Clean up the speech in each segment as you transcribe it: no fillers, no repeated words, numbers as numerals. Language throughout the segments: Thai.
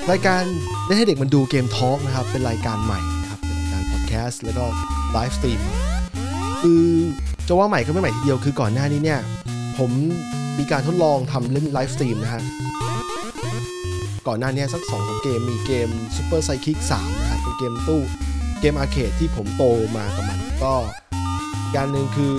รายการเล่นให้เด็กมันดูเกมทอล์กนะครับเป็นรายการใหม่นะครับเป็นรายการพอดแคสต์แล้วก็ไลฟ์สตรีมคือจะว่าใหม่ก็ไม่ใหม่ทีเดียวคือก่อนหน้านี้เนี่ยผมมีการทดลองทำเล่นไลฟ์สตรีมนะฮะก่อนหน้านี้สัก 2-3 เกมมีเกม Super Psychic 3นะครับเป็นเกมตู้เกมอาร์เคดที่ผมโตมากับมันก็การนึงคือ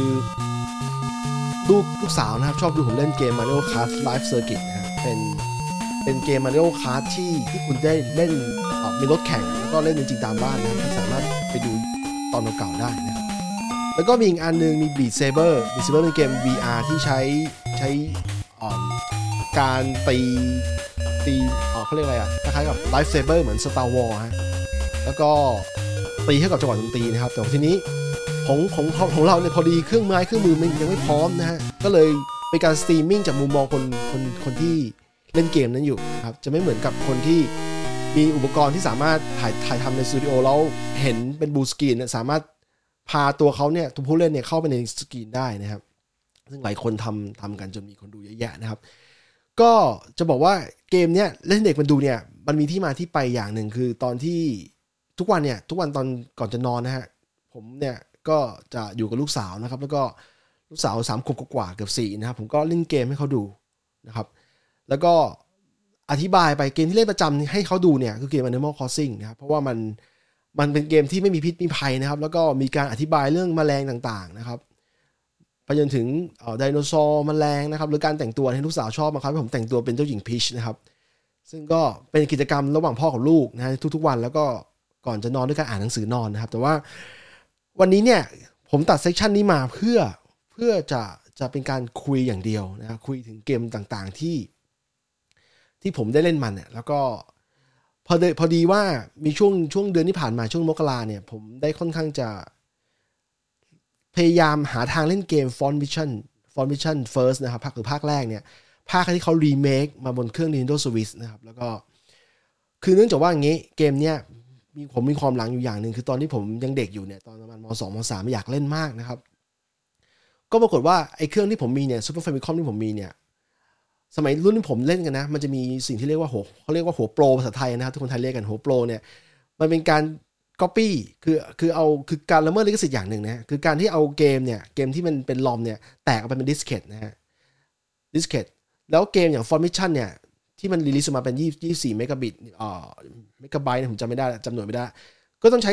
ลูกสาวนะครับชอบดูผมเล่นเกม Mario Kart Live Circuit นะครับเป็นเกม Mario Kart ที่คุณได้เล่นมีรถแข่งแล้วก็เล่นจริงๆตามบ้านนะครับสามารถไปดูตอนเก่าๆได้นะครับแล้วก็มีอีกอันนึงมี Beat Saber เป็นเกม VR ที่ใช้การตีเขาเรียกอะไรอ่ะคล้ายๆกับ Live Saber เหมือน Star Wars ฮะแล้วก็ตีให้กับจังหวะดนตรีนะครับแต่ทีนี้ของเราเนี่ยพอดีเครื่องมือมันยังไม่พร้อมนะฮะก็เลยเป็นการสตรีมมิ่งจากมุมมองคนที่เล่นเกมนั้นอยู่ครับจะไม่เหมือนกับคนที่มีอุปกรณ์ที่สามารถถ่ายทำในสตูดิโอแล้วเห็นเป็นบูสกรีนสามารถพาตัวเขาเนี่ยตัวผู้เล่นเนี่ยเข้าไปในสกรีนได้นะครับซึ่งหลายคนทำกันจนมีคนดูเยอะแยะนะครับก็จะบอกว่าเกมเนี้ยเล่นเด็กมันดูเนี่ยมันมีที่มาที่ไปอย่างหนึ่งคือตอนที่ทุกวันตอนก่อนจะนอนนะฮะผมเนี่ยก็จะอยู่กับลูกสาวนะครับแล้วก็ลูกสาว3 ขวบกว่าเกือบ4นะครับผมก็เล่นเกมให้เขาดูนะครับแล้วก็อธิบายไปเกมที่เล่นประจำให้เขาดูเนี่ยคือเกม Animal Crossing นะครับเพราะว่ามันเป็นเกมที่ไม่มีพิษมีภัยนะครับแล้วก็มีการอธิบายเรื่องแมลงต่างๆนะครับไปจนถึงไดโนเสาร์แมลงนะครับหรือการแต่งตัวที่ลูกสาวชอบมาครับให้ผมแต่งตัวเป็นเจ้าหญิงพีชนะครับซึ่งก็เป็นกิจกรรมระหว่างพ่อกับลูกนะทุกๆวันแล้วก็ก่อนจะนอนด้วยการอ่านหนังสือนอนนะครับแต่ว่าวันนี้เนี่ยผมตัดเซกชันนี้มาเพื่อจะเป็นการคุยอย่างเดียวนะครับคุยถึงเกมต่างๆที่ผมได้เล่นมันเนี่ยแล้วก็พอดีว่ามีช่วงเดือนที่ผ่านมาช่วงมกราเนี่ยผมได้ค่อนข้างจะพยายามหาทางเล่นเกม Front Mission First นะครับภาคแรกเนี่ยภาคที่เขารีเมคมาบนเครื่อง Nintendo Switch นะครับแล้วก็คือเนื่องจากว่าอย่างงี้เกมเนี้ยผมมีความหลังอยู่อย่างนึงคือตอนที่ผมยังเด็กอยู่เนี่ยตอนประมาณม.2 ม.3 อยากเล่นมากนะครับก็ปรากฏว่าไอ้เครื่องที่ผมมีเนี่ย Super Famicom ที่ผมมีเนี่ยสมัยรุ่นที่ผมเล่นกันนะมันจะมีสิ่งที่เรียกว่าเขาเรียกว่าหัวโปรภาษาไทยนะครับทุกคนไทยเรียกกันหัวโปรเนี่ยมันเป็นการ copy คือการละเมิดลิขสิทธิ์อย่างหนึ่งนะคือการที่เอาเกมที่มันเป็นลอมเนี่ยแตกออกไปเป็นดิสเคทนะฮะดิสเคทแล้วเกมอย่าง Front Mission เนี่ยที่มันรีลิสมาเป็น24เมกะบิตเมกะไบต์ผมจำไม่ได้จำหน่วยไม่ได้ก็ต้องใช้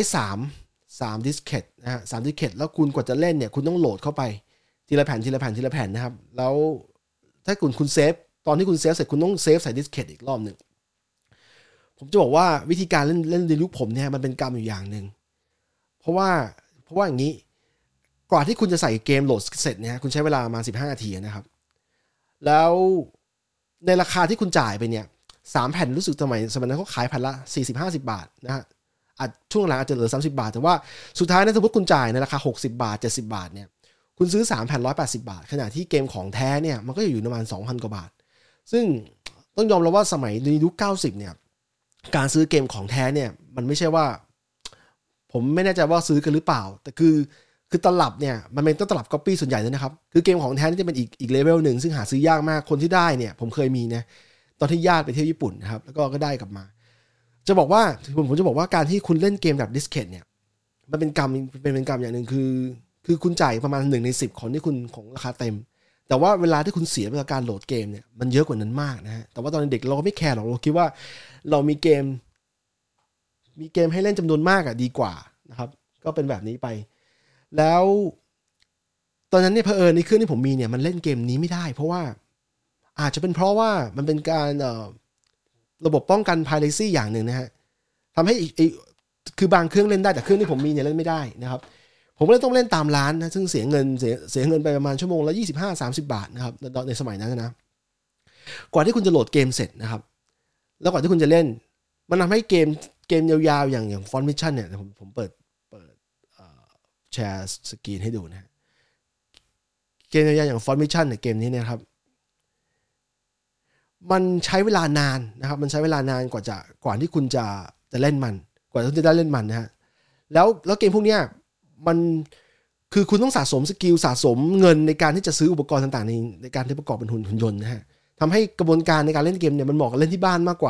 3ดิสเคทนะฮะ3ดิสเคทแล้วคุณกว่าจะเล่นเนี่ยคุณต้องโหลดเข้าไปทีละแผ่นนะครับแล้วถ้าคุณเซฟตอนที่คุณเซฟเสร็จคุณต้องเซฟใส่ดิสเคทอีกรอบนึงผมจะบอกว่าวิธีการเล่นในยุคผมเนี่ยมันเป็นกรรมอยู่อย่างนึงเพราะว่าอย่างนี้กว่าที่คุณจะใส่เกมโหลดเสร็จเนี่ยคุณใช้เวลาประมาณ15นาทีนะครับแล้วในราคาที่คุณจ่ายไปเนี่ย3แผ่นรู้สึกสมัยนั้นเขาขายแผ่นละ 40-50 บาทนะฮะช่วงหลังอาจจะเหลือ30บาทแต่ว่าสุดท้ายนะสมมติคุณจ่ายในราคา60บาท70บาทเนี่ยคุณซื้อ3แผ่น180บาทขณะที่เกมของแท้เนี่ยมันก็อยู่ประมาณ 2,000 กว่าบาทซึ่งต้องยอมรับว่าสมัยในยุค90เนี่ยการซื้อเกมของแท้เนี่ยมันไม่ใช่ว่าผมไม่แน่ใจว่าซื้อกันหรือเปล่าแต่คือตลับเนี่ยมันเป็นตลับก๊อปปี้ส่วนใหญ่เลยนะครับคือเกมของแท้นี่จะเป็นอีกเลเวลหนึ่งซึ่งหาซื้อยากมากคนที่ได้เนี่ยผมเคยมีนะตอนที่ญาติไปเที่ยวญี่ปุ่นนะครับแล้วก็ได้กลับมาจะบอกว่าผมจะบอกว่าการที่คุณเล่นเกมแบบดิสเคทเนี่ยมันเป็นกรรมอย่างหนึ่งคือคุณจ่ายประมาณ1ใน10ของที่คุณของราคาเต็มแต่ว่าเวลาที่คุณเสียไปกับการโหลดเกมเนี่ยมันเยอะกว่านั้นมากนะฮะแต่ว่าตอนเด็กเราก็ไม่แคร์หรอกเราคิดว่าเรามีเกมให้เล่นจำนวนมากดีกว่านะครับก็เป็นแบบนี้ไปแล้วตอนนั้นเนี่ยเผอิญในเครื่องที่ผมมีเนี่ยมันเล่นเกมนี้ไม่ได้เพราะว่าอาจจะเป็นเพราะว่ามันเป็นการระบบป้องกัน piracy อย่างหนึ่งนะฮะทำให้คือบางเครื่องเล่นได้แต่เครื่องที่ผมมีเนี่ยเล่นไม่ได้นะครับผมก็เลยต้องเล่นตามร้านนะซึ่งเสียเงินไปประมาณชั่วโมงละ 25-30 บาทนะครับในสมัยนั้นนะกว่าที่คุณจะโหลดเกมเสร็จนะครับแล้วกว่าที่คุณจะเล่นมันทำให้เกมยาวๆอย่าง Front Mission เนี่ยผมเปิดแชร์สกรีนให้ดูนะเกมยาวๆอย่าง Front Mission เนี่ยเกมนี้เนี่ยครับมันใช้เวลานานนะครับมันใช้เวลานานกว่าที่คุณจะเล่นมันกว่าที่คุณจะได้เล่นมันนะฮะแล้วเกมพวกเนี้ยมันคือคุณต้องสะสมสกิลสะสมเงินในการที่จะซื้ออุปกรณ์ต่างๆในการที่ประกอบเป็นหุ่นยนต์นะฮะทำให้กระบวนการในการเล่นเกมเนี่ยมันเหมาะกับเล่นที่บ้านมากกว่า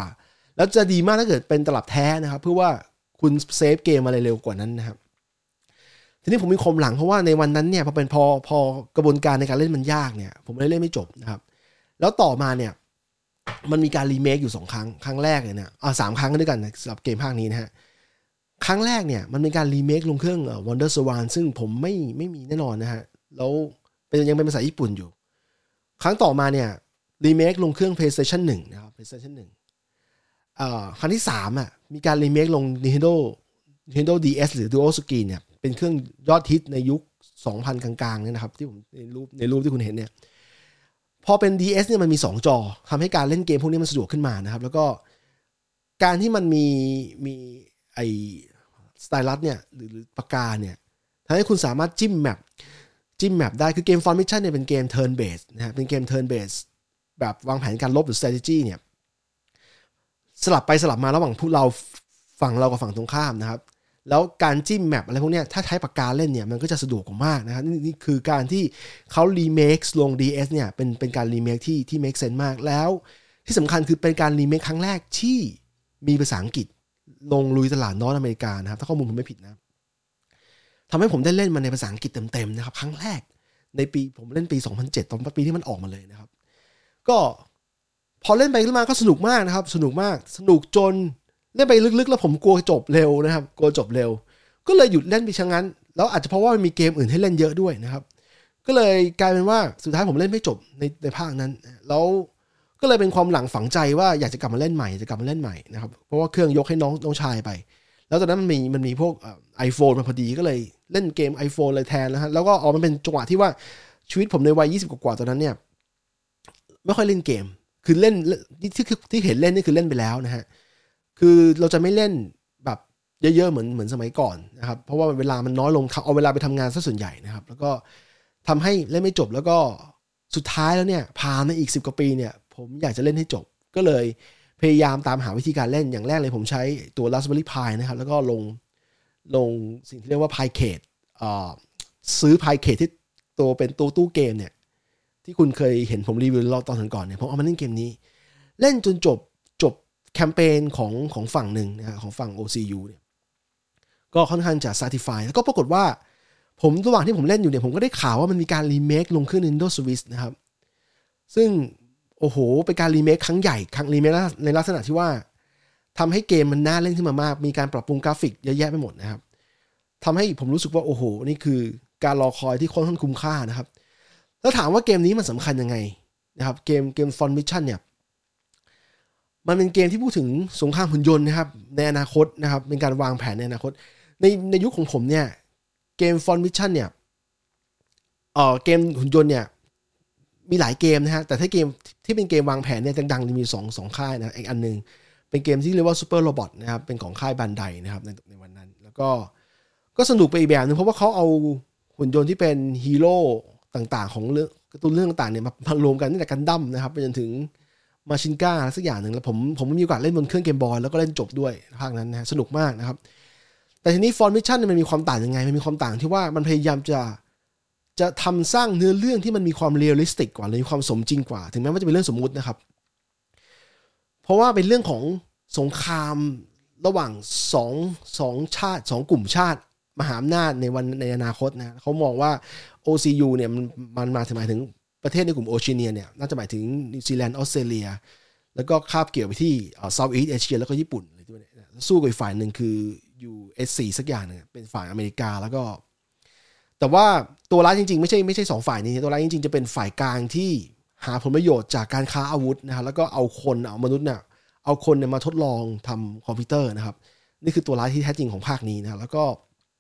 แล้วจะดีมากถ้าเกิดเป็นตลับแท้นะครับเพื่อว่าคุณเซฟเกมอะไรเร็วกว่านั้นนะครับทีนี้ผมมีความหลังเพราะว่าในวันนั้นเนี่ยพอกระบวนการในการเล่นมันยากเนี่ยผมเลยเล่นไม่จบนะครับแล้วต่อมาเนี่ยมันมีการรีเมคอยู่2 ครั้งแรกเนี่ย3 ครั้งด้วยกันสำหรับเกมภาคนี้นะฮะครั้งแรกเนี่ยมันเป็นการรีเมคลงเครื่องWonder Swan ซึ่งผมไม่มีแน่นอนนะฮะแล้วยังเป็นภาษาญี่ปุ่นอยู่ครั้งต่อมาเนี่ยรีเมคลงเครื่อง PlayStation 1นะครับ PlayStation 1ครั้งที่3มีการรีเมคลง Nintendo DS หรือ Dual Screen เนี่ยเป็นเครื่องยอดฮิตในยุค 2000 กลางๆเนี่ยนะครับที่ผมในรูปที่คุณเห็นเนี่ยพอเป็น DS เนี่ยมันมี2 จอทำให้การเล่นเกมพวกนี้มันสะดวกขึ้นมานะครับแล้วก็การที่มันมีไอ้สไตลัสเนี่ยหรือปากกาเนี่ยทำให้คุณสามารถจิ้มแมปได้คือเกม Fun Mission เนี่ยเป็นเกม turn based นะฮะเป็นเกม turn based แบบวางแผนการลบหรือ strategy เนี่ยสลับไปสลับมาระหว่างพวกเราฝั่งเรากับฝั่งตรงข้ามนะครับแล้วการจิ้มแมปอะไรพวกนี้ถ้าใช้ปากกาเล่นเนี่ยมันก็จะสะดวกกว่ามากนะครับนี่คือการที่เขารีเมคลง DS เนี่ยเป็นการรีเมคที่ make sense มากแล้วที่สำคัญคือเป็นการรีเมคครั้งแรกที่มีภาษาอังกฤษลงลุยตลาดนอร์ทอเมริกานะครับถ้าข้อมูลผมไม่ผิดนะทำให้ผมได้เล่นมันในภาษาอังกฤษเต็มๆนะครับครั้งแรกในปีผมเล่นปี 2007 ตอนปีที่มันออกมาเลยนะครับก็พอเล่นไปขึ้นมาก็สนุกมากนะครับสนุกจนเล่นไปลึกๆแล้วผมกลัวจบเร็วนะครับกลัวจบเร็วก็เลยหยุดเล่นไปชะงั้นแล้วอาจจะเพราะว่ามันมีเกมอื่นให้เล่นเยอะด้วยนะครับก็เลยกลายเป็นว่าสุดท้ายผมเล่นไม่จบในภาคนั้นแล้วก็เลยเป็นความหลังฝังใจว่าอยากจะกลับมาเล่นใหม่นะครับเพราะว่าเครื่องยกให้น้องชายไปแล้วตอนนั้นมันมีพวกiPhone มาพอดีก็เลยเล่นเกม iPhone เลยแทนนะฮะแล้วก็มันเป็นจังหวะที่ว่าชีวิตผมในวัย20กว่าตอนนั้นเนี่ยไม่ค่อยเล่นเกมคือเล่นที่เห็นเล่นนี่คือเล่นไปแล้วนะฮะคือเราจะไม่เล่นแบบเยอะๆเหมือนสมัยก่อนนะครับเพราะว่าเวลามันน้อยลงเอาเวลาไปทำงานซะส่วนใหญ่นะครับแล้วก็ทำให้เล่นไม่จบแล้วก็สุดท้ายแล้วเนี่ยผ่านมาอีก10 กว่าปีเนี่ยผมอยากจะเล่นให้จบก็เลยพยายามตามหาวิธีการเล่นอย่างแรกเลยผมใช้ตัว Raspberry Pi นะครับแล้วก็ลงสิ่งที่เรียกว่า Pi-Cade ซื้อ Pi-Cade ที่ตัวเป็นตัวตู้เกมเนี่ยที่คุณเคยเห็นผมรีวิวตอนก่อนเนี่ยผมเอามาเล่นเกมนี้เล่นจนจบแคมเปญของฝั่งหนึ่งนะของฝั่ง OCU เนี่ยก็ค่อนข้างจะ certify แล้วก็ปรากฏว่าผมระหว่างที่ผมเล่นอยู่เนี่ยผมก็ได้ข่าวว่ามันมีการรีเมคลงเครื่อง Nintendo Switch นะครับซึ่งโอ้โหเป็นการรีเมคครั้งใหญ่รีเมคในลักษณะที่ว่าทำให้เกมมันน่าเล่นขึ้นมามากมีการปรับปรุงกราฟิกเยอะแยะไปหมดนะครับทำให้ผมรู้สึกว่าโอ้โหนี่คือการรอคอยที่ค่อนข้างคุ้มค่านะครับแล้วถามว่าเกมนี้มันสำคัญยังไงนะครับเกม Fun Mission เนี่ยมันเป็นเกมที่พูดถึงสงครามหุ่นยนต์นะครับในอนาคตนะครับเป็นการวางแผนในอนาคตในยุคของผมเนี่ยเกม Fun Mission เนี่ยเกมหุ่นยนต์เนี่ยมีหลายเกมนะฮะแต่ถ้าเกมที่เป็นเกมวางแผนเนี่ยดังๆมี2ค่ายนะอีกอันนึงเป็นเกมที่เรียกว่า Super Robot นะครับเป็นของค่ายบันไดนะครับในวันนั้นแล้วก็สนุกไปอีกแบบนึงเพราะว่าเขาเอาหุ่นยนต์ที่เป็นฮีโร่ต่างๆของเรื่องการ์ตูนเรื่องต่างๆเนี่ยมารวมกันตั้งแต่กันดั้มนะครับไปจนถึงมาชินก้าสักอย่างหนึ่งแล้วผมมีโอกาสเล่นบนเครื่องเกมบอยแล้วก็เล่นจบด้วยภาคนั้นนะสนุกมากนะครับแต่ทีนี้ Fun Mission มันมีความต่างยังไงมันมีความต่างที่ว่ามันพยายามจะทำสร้างเนื้อเรื่องที่มันมีความเรียลลิสติกกว่าหรือมีความสมจริงกว่าถึงแม้ว่าจะเป็นเรื่องสมมุตินะครับเพราะว่าเป็นเรื่องของสงครามระหว่าง2ชาติ2กลุ่มชาติมหาอำนาจในอนาคตนะเขามองว่า OCU เนี่ยมันหมายถึงประเทศในกลุ่มโอเชียเนียเนี่ยน่าจะหมายถึงนิวซีแลนด์ออสเตรเลียแล้วก็คาบเกี่ยวไปที่เซาท์อีสต์เอเชียแล้วก็ญี่ปุ่นอะไรที่นี่สู้กับอีกฝ่ายหนึ่งคือ US4 สักอย่างนึงเป็นฝ่ายอเมริกาแล้วก็แต่ว่าตัวร้ายจริงๆไม่ใช่2ฝ่ายนี้ตัวร้ายจริงๆจะเป็นฝ่ายกลางที่หาผลประโยชน์จากการค้าอาวุธนะฮะแล้วก็เอามนุษย์เนี่ยเอาคนเนี่ยมาทดลองทำคอมพิวเตอร์นะครับนี่คือตัวร้ายที่แท้จริงของภาคนี้นะแล้วก็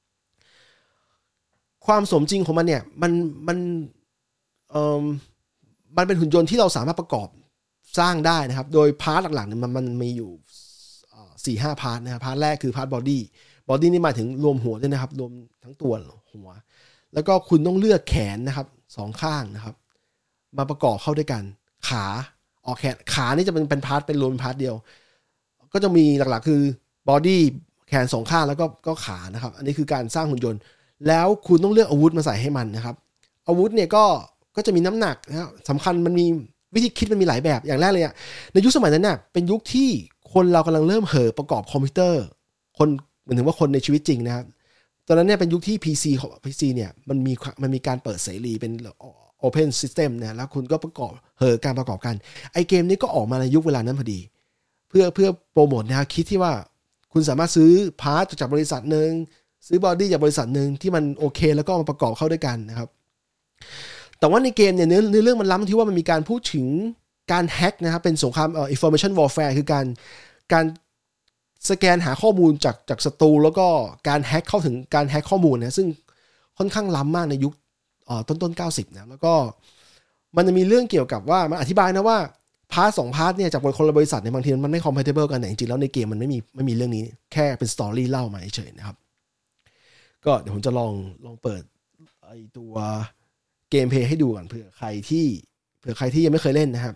ความสมจริงของมันเนี่ยมันเป็นหุ่นยนต์ที่เราสามารถประกอบสร้างได้นะครับโดยพาร์ทหลักๆเนี่ยมันมีอยู่ 4-5 พาร์ทนะครับพาร์ทแรกคือพาร์ทบอดี้นี่หมายถึงรวมหัวด้วยนะครับรวมทั้งตัวหัวแล้วก็คุณต้องเลือกแขนนะครับ2ข้างนะครับมาประกอบเข้าด้วยกันขานี่จะเป็นพาร์ทเป็นรวมพาร์ทเดียวก็จะมีหลักๆคือบอดี้แขน2ข้างแล้วก็ขานะครับอันนี้คือการสร้างหุ่นยนต์แล้วคุณต้องเลือกอาวุธมาใส่ให้มันนะครับอาวุธเนี่ยก็จะมีน้ำหนักนะครับสำคัญมันมีวิธีคิดมันมีหลายแบบอย่างแรกเลยในยุคสมัยนั้นเนี่ยเป็นยุคที่คนเรากำลังเริ่มเห่อประกอบคอมพิวเตอร์คนหมายถึงว่าคนในชีวิตจริงนะครับตอนนั้นเนี่ยเป็นยุคที่ PC เนี่ยมันมีการเปิดเสรีเป็น Open System นะแล้วคุณก็ประกอบการประกอบกันไอเกมนี้ก็ออกมาในยุคเวลานั้นพอดีเพื่อโปรโมทแนวคิดที่ว่าคุณสามารถซื้อพาร์ทจากบริษัทนึงซื้อบอดี้จากบริษัทนึงที่มันโอเคแล้วก็มาประกอบเข้าด้วยกันนะครับแต่ว่าในเกมเนี่ยเนื้อเรื่องมันล้ำที่ว่ามันมีการพูดถึงการแฮ็กนะครับเป็นสงครามinformation warfare คือการสแกนหาข้อมูลจากศัตรูแล้วก็การแฮ็กเข้าถึงการแฮ็กข้อมูลนะซึ่งค่อนข้างล้ำมากในยุคต้น90นะแล้วก็มันจะมีเรื่องเกี่ยวกับว่ามันอธิบายนะว่าพาร์ท2พาร์ทเนี่ยจากคนละบริษัทในบางทีมันไม่ compatible กันแต่จริงๆแล้วในเกมมันไม่มีเรื่องนี้แค่เป็นสตอรี่เล่ามาเฉยๆนะครับก็เดี๋ยวผมจะลองเปิดไอตัวเกมเพลย์ให้ดูก่อนเผื่อใครที่ยังไม่เคยเล่นนะครับ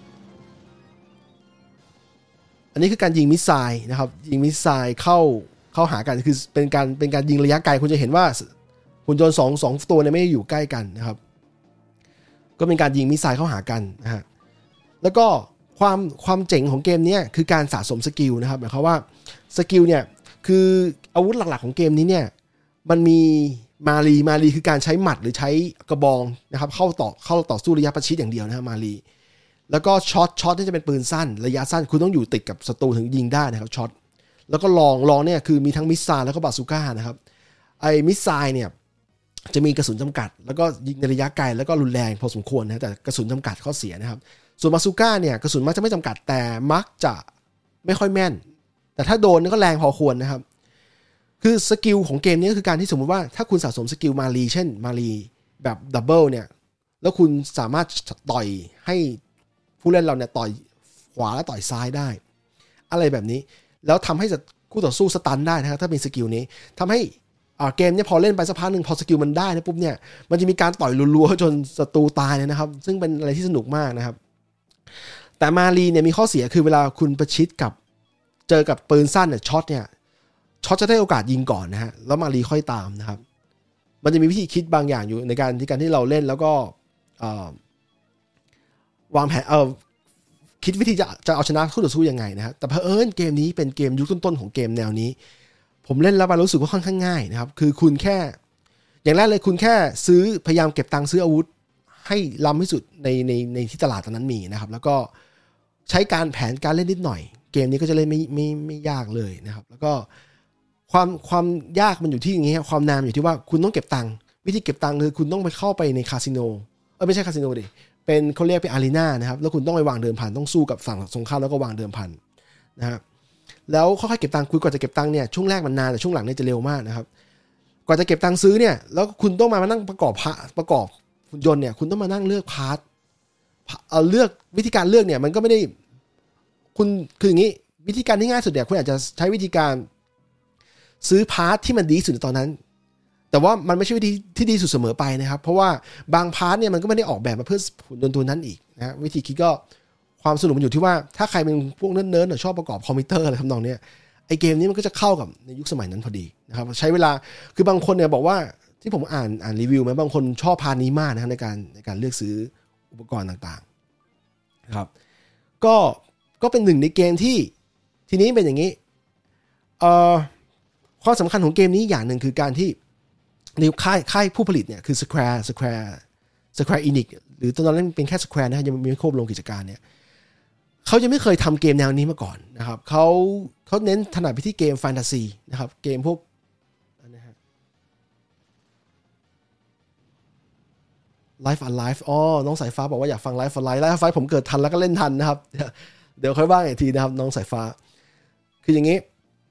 อันนี้คือการยิงมิสไซล์นะครับยิงมิสไซล์เข้าหากันคือเป็นการยิงระยะไกลคุณจะเห็นว่าหุ่นยนต์สองตัวเนี่ยไม่ได้อยู่ใกล้กันนะครับก็เป็นการยิงมิสไซล์เข้าหากันนะฮะแล้วก็ความเจ๋งของเกมนี้คือการสะสมสกิลนะครับหมายความว่าสกิลเนี่ยคืออาวุธหลักๆของเกมนี้เนี่ยมันมีมารีคือการใช้หมัดหรือใช้กระบองนะครับเข้าต่อสู้ระยะประชิดอย่างเดียวนะฮะมารีแล้วก็ช็อตนี่จะเป็นปืนสั้นระยะสั้นคุณต้องอยู่ติดกับศัตรูถึงยิงได้นะครับช็อตแล้วก็ลองเนี่ยคือมีทั้งมิสไซล์แล้วก็บาซูก้านะครับไอ้มิสไซล์เนี่ยจะมีกระสุนจำกัดแล้วก็ยิงในระยะไกลแล้วก็รุนแรงพอสมควรนะแต่กระสุนจำกัดข้อเสียนะครับส่วนบาซูก้าเนี่ยกระสุนมักจะไม่จำกัดแต่มักจะไม่ค่อยแม่นแต่ถ้าโดนก็แรงพอควรนะครับคือสกิลของเกมนี้ก็คือการที่สมมติว่าถ้าคุณสะสมสกิลมารีเช่นมารีแบบดับเบิลเนี่ยแล้วคุณสามารถต่อยให้ผู้เล่นเราเนี่ยต่อยขวาและต่อยซ้ายได้อะไรแบบนี้แล้วทำให้คู่ต่อสู้สตันได้นะครับถ้าเป็นสกิลนี้ทำให้เกมเนี่ยพอเล่นไปสักพักหนึ่งพอสกิลมันได้นะปุ๊บเนี่ยมันจะมีการต่อยรัวๆจนศัตรูตายนะครับซึ่งเป็นอะไรที่สนุกมากนะครับแต่มารีเนี่ยมีข้อเสียคือเวลาคุณประชิดกับเจอกับปืนสั้นเนี่ยช็อตจะได้โอกาสยิงก่อนนะฮะแล้วมารีค่อยตามนะครับมันจะมีวิธีคิดบางอย่างอยู่ในการที่เราเล่นแล้วก็วางแผนคิดวิธีจะเอาชนะคู่ต่อสู้ยังไงนะฮะแต่เผอิญเกมนี้เป็นเกมยุคต้นๆของเกมแนวนี้ผมเล่นแล้วรู้สึกว่าค่อนข้างง่ายนะครับคือคุณแค่อย่างแรกเลยคุณแค่พยายามเก็บตังค์ซื้ออาวุธให้ล้ำที่สุดในที่ตลาดตอนนั้นมีนะครับแล้วก็ใช้แผนการเล่นนิดหน่อยเกมนี้ก็จะเล่นไม่ยากเลยนะครับแล้วก็ความยากมันอยู่ที่อย่างงี้ความนานอยู่ที่ว่าคุณต้องเก็บตังค์วิธีเก็บตังค์คือคุณต้องไปเข้าไปในคาสิโนไม่ใช่คาสิโนดิเป็นเขาเรียกเป็นอารีนานะครับแล้วคุณต้องไปวางเดิมพันต้องสู้กับฝั่งสงครามแล้วก็วางเดิมพันนะครับแล้วค่อยๆเก็บตังค์คุณกว่าจะเก็บตังค์เนี่ยช่วงแรกมันนานแต่ช่วงหลังเนี่ยจะเร็วมากนะครับกว่าจะเก็บตังค์ซื้อเนี่ยแล้วคุณต้องมานั่งประกอบหุ่นยนต์เนี่ยคุณต้องมานั่งเลือกพาร์ทเลือกวิธีการเลือกเนี่ยมันก็ไม่ได้คุณคืออย่างนี้วิธีการที่ง่ายสุดเนี่ยคุณอาจจะใช้วิธีการซื้อพาร์ทที่มันดีสุดในตอนนั้นแต่ว่ามันไม่ใช่วิธีที่ดีสุดเสมอไปนะครับเพราะว่าบางพาร์ทเนี่ยมันก็ไม่ได้ออกแบบมาเพื่อหุ่นยนต์ตัวนั้นอีกนะวิธีคิดก็ความสนุกมันอยู่ที่ว่าถ้าใครเป็นพวกเนิร์ดๆชอบประกอบคอมพิวเตอร์อะไรทำนองนี้ไอเกมนี้มันก็จะเข้ากับในยุคสมัยนั้นพอดีนะครับใช้เวลาคือบางคนเนี่ยบอกว่าที่ผมอ่านรีวิวมาบางคนชอบพาร์ทนี้มากนะในการเลือกซื้ออุปกรณ์ต่างๆนะครับก็เป็นหนึ่งในเกมที่ทีนี้เป็นอย่างนี้ความสำคัญของเกมนี้อย่างหนึ่งคือการที่ในค่ายผู้ผลิตเนี่ยคือ Square Enix หรือตอนนั้นเป็นแค่ Square นะยังไม่ควบรวมกิจการเนี่ยเขายังไม่เคยทำเกมแนวนี้มาก่อนนะครับเขาเน้นถนัดไปที่เกมแฟนตาซีนะครับเกมพวกนะฮะ Life Alive น้องสายฟ้าบอกว่าอยากฟัง Life Alive ผมเกิดทันแล้วก็เล่นทันนะครับเดี๋ยวค่อยว่าอีกทีนะครับน้องสายฟ้าคืออย่างนี้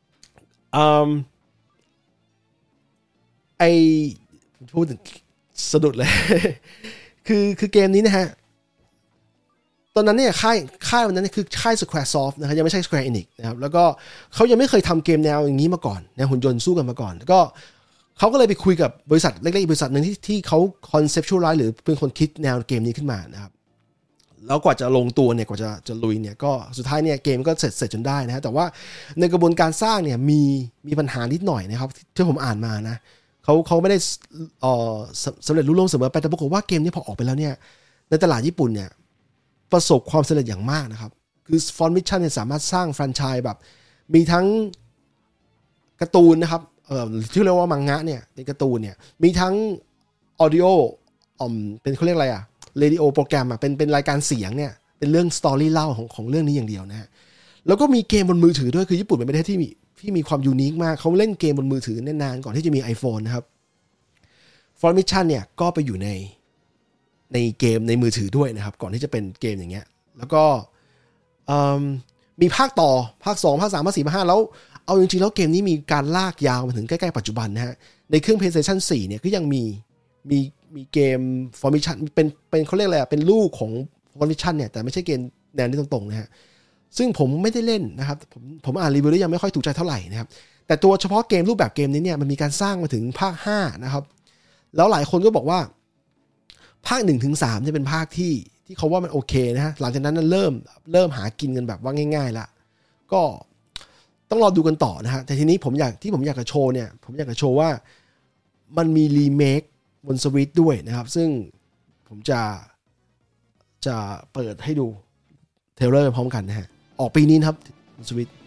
พูดถึงสะดุดเลย คือเกมนี้นะฮะตอนนั้นเนี่ยค่ายวันนั้นคือค่าย Squaresoft นะครับยังไม่ใช่ Square Enix นะครับแล้วก็เขายังไม่เคยทำเกมแนวอย่างนี้มาก่อนนะหุ่นยนต์สู้กันมาก่อนก็เขาก็เลยไปคุยกับบริษัทเล็กๆบริษัทนึงที่เขา conceptualize หรือเป็นคนคิดแนวเกมนี้ขึ้นมานะครับแล้วกว่าจะลงตัวเนี่ยกว่าจะลุยเนี่ยก็สุดท้ายเนี่ยเกมก็เสร็จจนได้นะฮะแต่ว่าในกระบวนการสร้างเนี่ยมีปัญหานิดหน่อยนะครับที่ผมอ่านมานะเขาไม่ได้สำเร็จรุ่งเรืองเสมอไปแต่ปรากฏว่าเกมนี้พอออกไปแล้วเนี่ยในตลาดญี่ปุ่นเนี่ยประสบความสำเร็จอย่างมากนะครับคือ Formation เนี่ยสามารถสร้างแฟรนไชส์แบบมีทั้งการ์ตูนนะครับที่เรียกว่ามังงะเนี่ยเป็นการ์ตูนเนี่ยมีทั้งออดิโอเป็นเขาเรียกอะไรอะเรดิโอโปรแกรมอะเป็นรายการเสียงเนี่ยเป็นเรื่องสตอรี่เล่าของเรื่องนี้อย่างเดียวนะฮะแล้วก็มีเกมบนมือถือด้วยคือญี่ปุ่นเป็นประเทศที่มีความยูนิคมากเขาเล่นเกมบนมือถือนานๆก่อนที่จะมี iPhone นะครับ Formation เนี่ยก็ไปอยู่ในเกมในมือถือด้วยนะครับก่อนที่จะเป็นเกมอย่างเงี้ยแล้วก็มีภาคต่อภาค2ภาค3ภาค4ภาค5แล้วเอาจริงๆแล้วเกมนี้มีการลากยาวมาถึงใกล้ๆปัจจุบันนะฮะในเครื่อง PlayStation 4เนี่ยก็ยังมีเกม Formation เป็นเขาเรียกอะไรเป็นลูกของ Formation เนี่ยแต่ไม่ใช่เกมแนวนี้ตรงๆนะฮะซึ่งผมไม่ได้เล่นนะครับผมอ่านรีวิวแล้วยังไม่ค่อยถูกใจเท่าไหร่นะครับแต่ตัวเฉพาะเกมรูปแบบเกมนี้เนี่ยมันมีการสร้างมาถึงภาค5นะครับแล้วหลายคนก็บอกว่าภาค 1-3 จะเป็นภาคที่เขาว่ามันโอเคนะฮะหลังจากนั้นเริ่มหากินกันแบบว่าง่ายๆละก็ต้องรอดูกันต่อนะฮะแต่ทีนี้ผมอยากจะโชว์เนี่ยผมอยากจะโชว์ว่ามันมีรีเมคบนสวิตช์ด้วยนะครับซึ่งผมจะเปิดให้ดูเทเลอร์พร้อมกันนะฮะออกปีนี้นะครับบนสวิตช์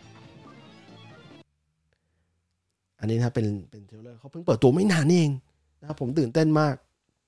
อันนี้นะครับเป็นเทเลอร์เขาเพิ่งเปิดตัวไม่นานนี่เองนะครับผมตื่นเต้นมาก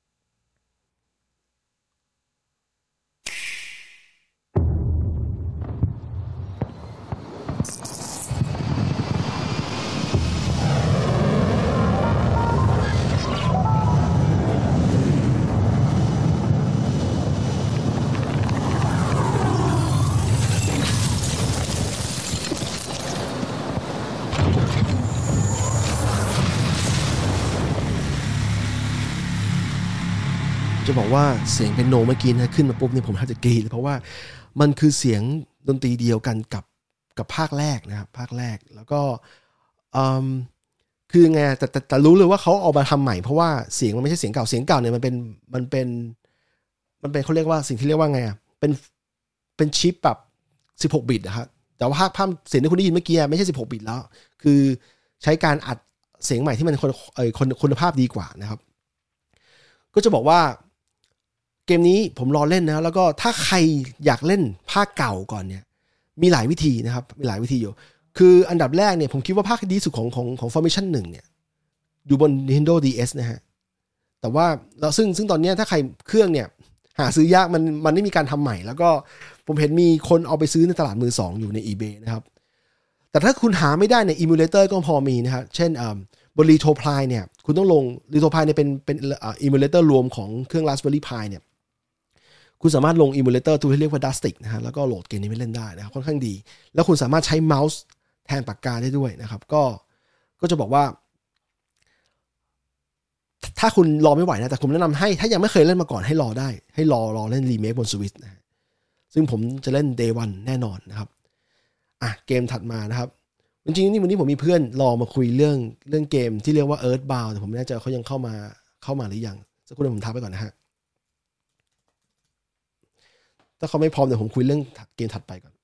จะบอกว่าเสียงเป็นโนเมื่อกี้นะขึ้นมาปุ๊บนี่ผมแทบจะกรี๊ดเลยเพราะว่ามันคือเสียงดนตรีเดียวกันกับภาคแรกนะครับภาคแรกแล้วก็คือไงแต่รู้เลยว่าเขาเอามาทำใหม่เพราะว่าเสียงมันไม่ใช่เสียงเก่าเนี่ยมันเป็นเขาเรียกว่าสิ่งที่เรียกว่าไงเป็นชิปแบบ16บิตนะครับแต่ว่าภาพเสียงที่คุณได้ยินเมื่อกี้ไม่ใช่16บิตแล้วคือใช้การอัดเสียงใหม่ที่มันคุณภาพดีกว่านะครับก็จะบอกว่าเกมนี้ผมรอเล่นนะแล้วก็ถ้าใครอยากเล่นภาคเก่าก่อนเนี่ยมีหลายวิธีนะครับมีหลายวิธีอยู่คืออันดับแรกเนี่ยผมคิดว่าภาคที่ดีสุดของ Formation 1เนี่ยอยู่บน Nintendo DS นะฮะแต่ว่าเราซึ่งตอนนี้ถ้าใครเครื่องเนี่ยหาซื้อยากมันไม่มีการทำใหม่แล้วก็ผมเห็นมีคนเอาไปซื้อในตลาดมือ2อยู่ใน eBay นะครับแต่ถ้าคุณหาไม่ได้ใน emulator ก็พอมีนะครับเช่นบน Retroply เนี่ยคุณต้องลง Retroply เนี่ยเป็นemulator รวมของเครื่อง Raspberry Pi เนี่ยคุณสามารถลง emulator ตัวที่เรียกว่า Dustic นะฮะแล้วก็โหลดเกมนี้ไม่เล่นได้นะครับค่อนข้างดีแล้วคุณสามารถใช้เมาส์แทนปากกาได้ด้วยนะครับก็จะบอกว่าถ้าคุณรอไม่ไหวนะแต่ผมแนะนำให้ถ้ายังไม่เคยเล่นมาก่อนให้รอได้ให้รอเล่นรีเมคบน Switch นะซึ่งผมจะเล่น Day 1แน่นอนนะครับเกมถัดมานะครับจริงๆนี่วันนี้ผมมีเพื่อนรอมาคุยเรื่องเกมที่เรียกว่า Earthbound แต่ผมไม่แน่ใจเขายังเข้ามาหรือยังสักครู่ผมทักไปก่อนนะฮะถ้าเขาไม่พร้อมเดี๋ยวผมคุยเรื่องเกมถัดไปก่อน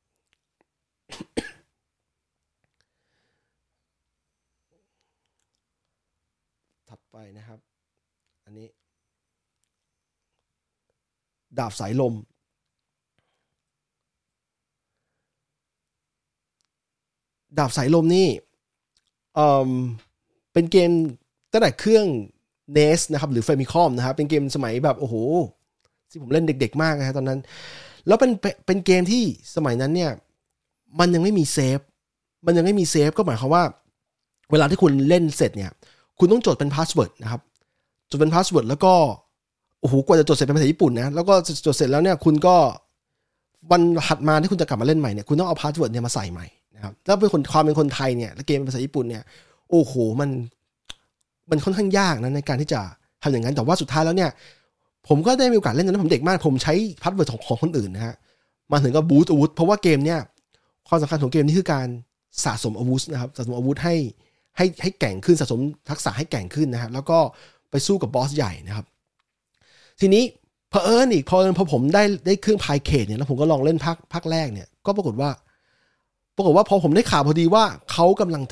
ถัดไปนะครับอันนี้ดาบสายลมนี่เป็นเกมตั้งแต่เครื่อง NES นะครับหรือ Famicom นะครับเป็นเกมสมัยแบบโอ้โหที่ผมเล่นเด็กๆมากนะฮะตอนนั้นแล้วเป็นเกมที่สมัยนั้นเนี่ยมันยังไม่มีเซฟก็หมายความว่าเวลาที่คุณเล่นเสร็จเนี่ยคุณต้องจดเป็นพาสเวิร์ดนะครับจดเป็นพาสเวิร์ดแล้วก็โอ้โหกว่าจะจดเสร็จเป็นภาษาญี่ปุ่นนะแล้วก็จดเสร็จแล้วเนี่ยคุณก็วันถัดมาที่คุณจะกลับมาเล่นใหม่เนี่ยคุณต้องเอาพาสเวิร์ดเนี่ยมาใส่ใหม่นะครับแล้วความเป็นคนไทยเนี่ยแล้วเกมเป็นภาษาญี่ปุ่นเนี่ยโอ้โหมันค่อนข้างยากนะในการที่จะทำอย่างนั้นแต่ว่าสุดท้ายแล้วเนี่ยผมก็ได้มีโอกาสเล่นตอนนั้นผมเด็กมากผมใช้พาสเวิร์ดของคนอื่นนะฮะมาถึงก็บูตอาวุธเพราะว่าเกมเนี่ยความสำคัญของเกมนี้คือการสะสมอาวุธนะครับสะสมอาวุธให้แกร่งขึ้นสะสมทักษะให้แกร่งขึ้นนะฮะแล้วก็ไปสู้กับบอสใหญ่นะครับทีนี้พอผมได้เครื่องพายเคทเนี่ยแล้วผมก็ลองเล่นภาคแรกเนี่ยก็ปรากฏว่าพอผมได้ข่าวพอดีว่าเขากำลัง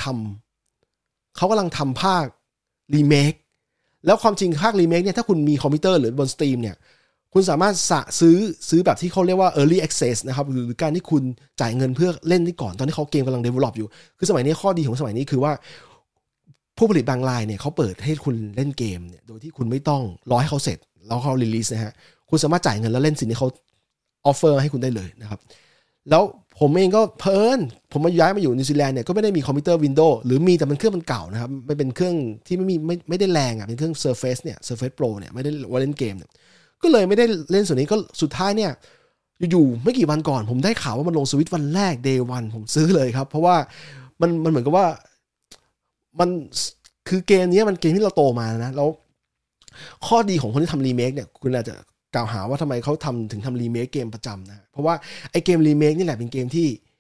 ทำภาครีเมคแล้วความจริงภาครีเมคเนี่ยถ้าคุณมีคอมพิวเตอร์หรือบน Steam เนี่ยคุณสามารถซื้อแบบที่เขาเรียกว่า early access นะครับหรือการที่คุณจ่ายเงินเพื่อเล่นนี่ก่อนตอนที่เขาเกมกำลัง develop อยู่คือสมัยนี้ข้อดีของสมัยนี้คือว่าผู้ผลิตบางรายเนี่ยเขาเปิดให้คุณเล่นเกมเนี่ยโดยที่คุณไม่ต้องรอให้เขาเสร็จแล้วเขา release นะฮะคุณสามารถจ่ายเงินแล้วเล่นสิ่งที่เขา offer ให้คุณได้เลยนะครับแล้วผมเองก็ผมมาย้ายมาอยู่นิวซีแลนด์เนี่ยก็ไม่ได้มีคอมพิวเตอร์ Windows หรือมีแต่เป็นเครื่องมันเก่านะครับไม่เป็นเครื่องที่ไม่ได้แรงเป็นเครื่อง Surface เนี่ย Surface Pro เนี่ยไม่ได้ว่าเล่นเกมเนี่ยก็เลยไม่ได้เล่นส่วนนี้ก็สุดท้ายเนี่ยอยู่ๆไม่กี่วันก่อนผมได้ข่าวว่ามันลงสวิตช์วันแรก Day 1ผมซื้อเลยครับเพราะว่ามันเหมือนกับว่ามันคือเกมนี้มันเกมที่เราโตมานะแล้วข้อดีของคนที่ทำรีเมคเนี่ยคุณอาจจะกล่าวหาว่าทำไมเขาถึงทำรีเมคเกมประจำนะเพราะว่าไอเกมรีเมคนี่แหละเป็นเกม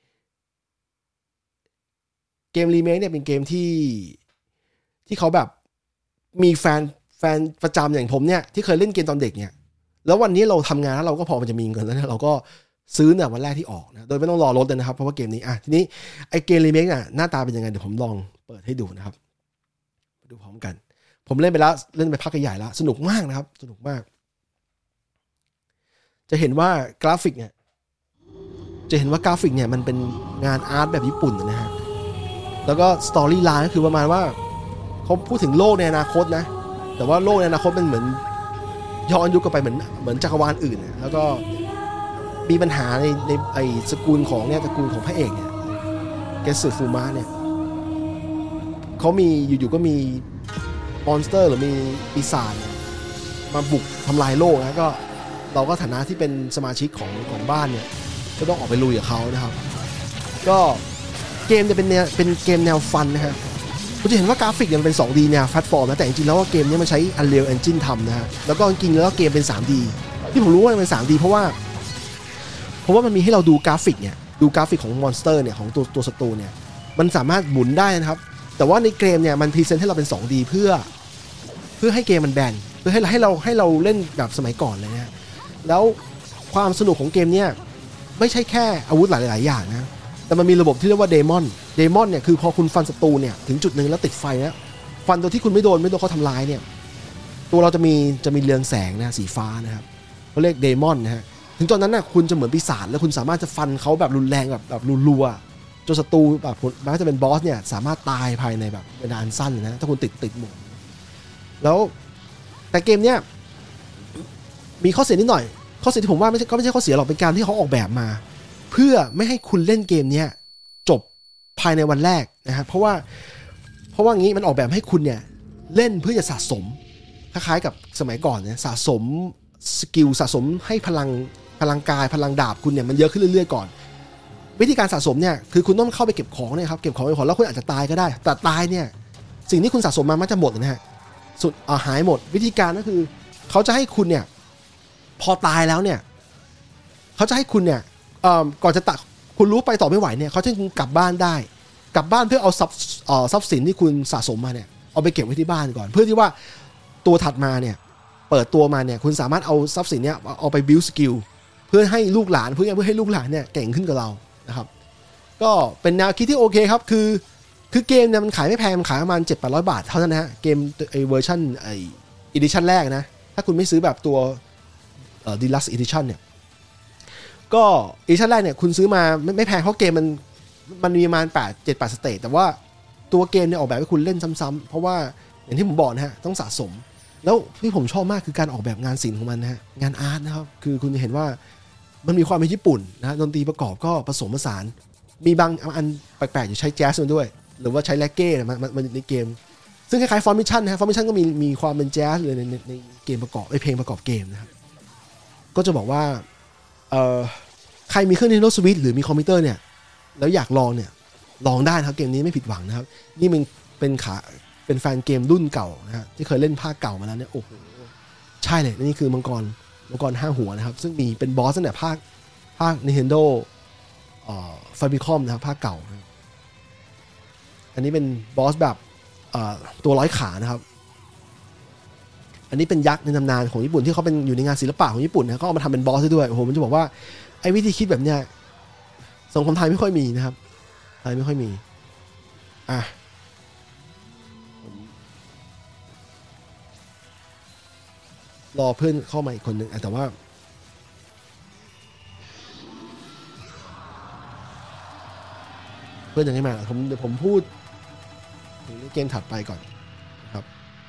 รีเมคเนี่ยเป็นเกมที่เขาแบบมีแฟนประจำอย่างผมเนี่ยที่เคยเล่นเกมตอนเด็กเนี่ยแล้ววันนี้เราทำงานแล้วเราก็พอมันจะมีเงินแล้วเนี่ยเราก็ซื้อเนี่ยวันแรกที่ออกนะโดยไม่ต้องรอรถเลยนะครับเพราะว่าเกมนี้ทีนี้ไอเกมรีเมคน่ะหน้าตาเป็นยังไงเดี๋ยวผมลองเปิดให้ดูนะครับดูพร้อมกันผมเล่นไปแล้วเล่นไปพักใหญ่แล้วสนุกมากนะครับสนุกมากจะเห็นว่ากราฟิกเนี่ยมันเป็นงานอาร์ตแบบญี่ปุ่นนะฮะแล้วก็สตอรี่ไลน์ก็คือประมาณว่าเขาพูดถึงโลกในอนาคตนะแต่ว่าโลกในอนาคตมันเหมือนย้อนยุคกลับไปเหมือนจักรวาลอื่นแล้วก็มีปัญหาในไอ้สกุลของพระเอกเนี่ยเกสึฟูมะเนี่ยเขามีอยู่ๆก็มีมอนสเตอร์หรือมีปีศาจมาบุกทำลายโลกนะก็เราก็ฐานะที่เป็นสมาชิกของบ้านเนี่ยก็ต้องออกไปลุยกับเขานะครับก็เกมจะเป็นเกมแนวฟันนะฮะคุณจะเห็นว่ากราฟิกยังเป็น 2D แนวแพลตฟอร์มนะแต่จริงๆแล้วว่าเกมนี้มันใช้ Unreal Engine ทำนะฮะแล้วก็จริงๆแล้วเกมเป็น 3D ที่ผมรู้ว่ามันเป็น 3D เพราะว่ามันมีให้เราดูกราฟิกเนี่ยดูกราฟิกของมอนสเตอร์เนี่ยของตัวศัตรูเนี่ยมันสามารถหมุนได้นะครับแต่ว่าในเกมเนี่ยมันพรีเซนต์ให้เราเป็น 2D เพื่อให้เกมมันแบนเพื่อให้เราเล่นแบบสมัยก่อนเลยนะแล้วความสนุกของเกมเนี่ยไม่ใช่แค่อาวุธหลายๆอย่างนะแต่มันมีระบบที่เรียกว่าเดมอนเนี่ยคือพอคุณฟันศัตรูเนี่ยถึงจุดนึงแล้วติดไฟนะฟันตัวที่คุณไม่โดนเขาทำร้ายเนี่ยตัวเราจะมีเรืองแสงนะสีฟ้านะครับเขาเรียกเดมอนนะฮะถึงตอนนั้นนะคุณจะเหมือนปีศาจแล้วคุณสามารถจะฟันเขาแบบรุนแรงแบบรัวๆจนศัตรูแบบแม้จะเป็นบอสเนี่ยสามารถตายภายในแบบเวลาอันสั้นนะถ้าคุณติดหมดแล้วแต่เกมเนี้ยมีข้อเสียนิดหน่อยข้อเสียที่ผมว่าไม่ใช่ข้อเสียหรอกเป็นการที่เขาออกแบบมาเพื่อไม่ให้คุณเล่นเกมนี้จบภายในวันแรกนะครับเพราะว่างี้มันออกแบบให้คุณเนี่ยเล่นเพื่อจะสะสมคล้ายๆกับสมัยก่อนเนี่ยสะสมสกิลสะสมให้พลังกายพลังดาบคุณเนี่ยมันเยอะขึ้นเรื่อยๆก่อนวิธีการสะสมเนี่ยคือคุณต้องเข้าไปเก็บของเนี่ยครับเก็บของแล้วคุณอาจจะตายก็ได้แต่ตายเนี่ยสิ่งที่คุณสะสมมามันจะหมดนะฮะสุดหายหมดวิธีการก็คือเขาจะให้คุณเนี่ยพอตายแล้วเนี่ยเขาจะให้คุณเนี่ยก่อนจะตัดคุณรู้ไปต่อไม่ไหวเนี่ยเขาจะให้คุณกลับบ้านได้กลับบ้านเพื่อเอาทรัพย์สินที่คุณสะสมมาเนี่ยเอาไปเก็บไว้ที่บ้านก่อนเพื่อที่ว่าตัวถัดมาเนี่ยเปิดตัวมาเนี่ยคุณสามารถเอาทรัพย์สินเนี่ยเอาไป build skill เพื่อให้ลูกหลานเพื่อให้ลูกหลานเนี่ยเก่งขึ้นกับเรานะครับก็เป็นแนวคิดที่โอเคครับคือเกมเนี่ยมันขายไม่แพงมันขายประมาณ 700-800 บาทเท่านั้นนะฮะเกมเวอร์ชันอีดิชั่นแรกนะถ้าคุณไม่ซื้อแบบตัวDeluxe Edition เนี่ยก็อีดิชั่นแรกเนี่ยคุณซื้อมาไม่แพงเพราะเกมมันมีประมาณ7-8 สเตจแต่ว่าตัวเกมเนี่ยออกแบบให้คุณเล่นซ้ำๆเพราะว่าอย่างที่ผมบอกนะฮะต้องสะสมแล้วที่ผมชอบมากคือการออกแบบงานศิลป์ของมันนะฮะงานอาร์ตนะครับคือคุณจะเห็นว่ามันมีความเป็นญี่ปุ่นนะดนตรีประกอบก็ผสมผสานมีบางอันแปลกๆอยู่ใช้แจ๊สมาด้วยหรือว่าใช้แร็กเก้มันในเกมซึ่งคล้ายๆฟอร์มิชั่นนะฮะฟอร์มิชั่นก็มีความเป็นแจ๊สเลยในเกมประกอบเพลงประกอบเกมนะครับก็จะบอกว่าใครมีเครื่อง Nintendo Switch หรือมีคอมพิวเตอร์เนี่ยแล้วอยากลองเนี่ยลองได้นะครับเกมนี้ไม่ผิดหวังนะครับนี่มันเป็นแฟนเกมรุ่นเก่านะฮะที่เคยเล่นภาคเก่ามาแล้วเนี่ยโอ้โหใช่เลยนี่คือมังกร5 หัวนะครับซึ่งมีเป็นบอสตั้งแต่ภาค Nintendo Famicom นะครับภาคเก่านะอันนี้เป็นบอสแบบตัว100 ขานะครับอันนี้เป็นยักษ์ในตำนานของญี่ปุ่นที่เขาเป็นอยู่ในงานศิลปะของญี่ปุ่นนะเขาเอามาทำเป็นบอสด้วยโอ้โหมันจะบอกว่าไอ้วิธีคิดแบบเนี้ยสังคมไทยไม่ค่อยมีนะครับไทยไม่ค่อยมีรอเพื่อนเข้ามาอีกคนหนึ่งแต่ว่าเพื่อนยังไม่มาเดี๋ยวผมพูดถึงเกมถัดไปก่อนครับ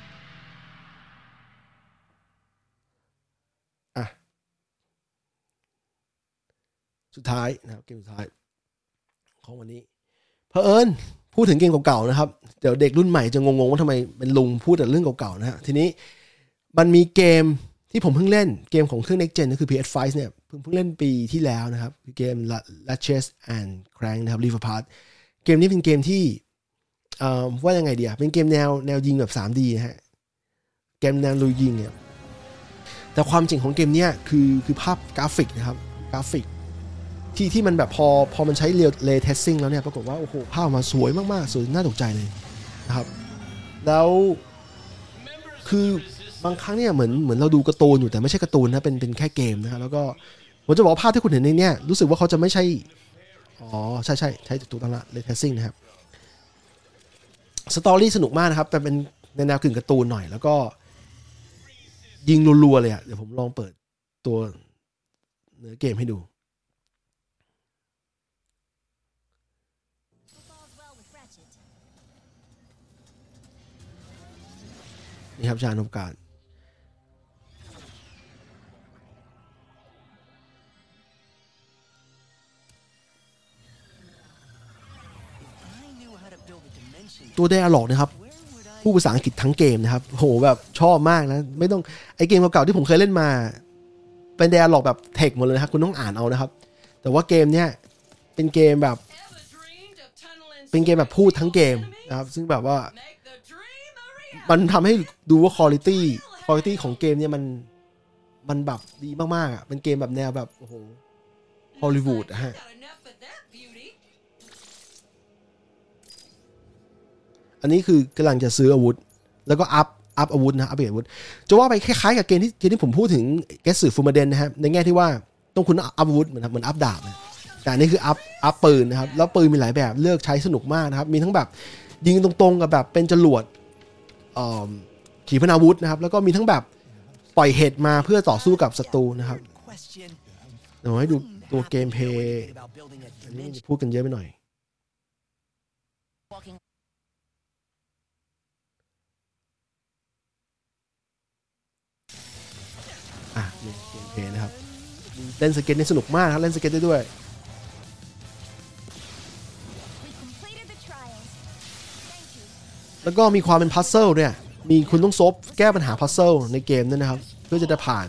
สุดท้ายนะครับเกมสุดท้ายของวันนี้เผอิญพูดถึงเกมเก่าๆนะครับเดี๋ยวเด็กรุ่นใหม่จะงงๆว่าทำไมเป็นลุงพูดแต่เรื่องเก่าๆนะฮะทีนี้มันมีเกมที่ผมเพิ่งเล่นเกมของเครื่อง Next Gen ก็คือ PS5 เนี่ยเพิ่งเล่นปีที่แล้วนะครับเกม Ratchet and Clank นะครับ Rift Apart เกมนี้เป็นเกมที่ว่ายังไงดีเป็นเกมแนวยิงแบบ 3D นะฮะเกมแนวลุยยิงเนี่ยแต่ความจริงของเกมเนี้ยคือภาพกราฟิกนะครับกราฟิกที่มันแบบพอมันใช้เรย์เทสซิ่งแล้วเนี่ยปรากฏว่าโอ้โหภาพมาสวยมากๆสวยน่าตกใจเลยนะครับแล้วคือบางครั้งเนี่ยเหมือนเราดูการ์ตูนอยู่แต่ไม่ใช่การ์ตูนนะเป็นแค่เกมนะครับแล้วก็ผมจะบอกภาพที่คุณเห็นในเนี้ยรู้สึกว่าเขาจะไม่ใช่ใช่ถูกต้องละเรย์เทสซิ่งนะครับสตอรี่สนุกมากนะครับแต่เป็นในแนวกึ่งการ์ตูนหน่อยแล้วก็ยิงรัวๆเลยเดี๋ยวผมลองเปิดตัวเนื้อเกมให้ดูนี่ครับชาญนพการตัวไดอะล็อกนะครับผู้ภาษาอังกฤษทั้งเกมนะครับโหแบบชอบมากนะไม่ต้องไอเกมเก่าๆที่ผมเคยเล่นมาเป็นไดอะล็อกแบบเทคหมดเลยนะครับคุณต้องอ่านเอานะครับแต่ว่าเกมเนี้ยเป็นเกมแบบพูดทั้งเกมนะครับซึ่งแบบว่ามันทำให้ดูว่าคุณภาพของเกมเนี่ยมันแบบดีมากๆเป็นเกมแบบแนวแบบโอ้โหฮอลลีวูดฮะอันนี้คือกำลังจะซื้ออาวุธแล้วก็อัพอาวุธนะอัพอาวุธจะว่าไปคล้ายๆกับเกมที่ผมพูดถึงแกสสื่อฟูมาเดนนะครับในแง่ที่ว่าต้องคุณอัพอาวุธเหมือนอัพดาบนะแต่นี่คืออัพปืนนะครับแล้วปืนมีหลายแบบเลือกใช้สนุกมากนะครับมีทั้งแบบยิงตรงๆกับแบบเป็นจรวดขีปนาวุธนะครับแล้วก็มีทั้งแบบปล่อยเห็ดมาเพื่อต่อสู้กับศัตรูนะครับเดี๋ยวให้ดูตัวเกมเพลย์อันนี้พูดกันเยอะไปหน่อยนี่เกมเพลย์นะครับเล่นสเก็ตนี่สนุกมากครับเล่นสเก็ตได้ด้วยแล้วก็มีความเป็นพัซเซิลเนี่ยมีคุณต้องแก้ปัญหาพัซเซิลในเกมด้วยนะครับเพื่อจะได้ผ่าน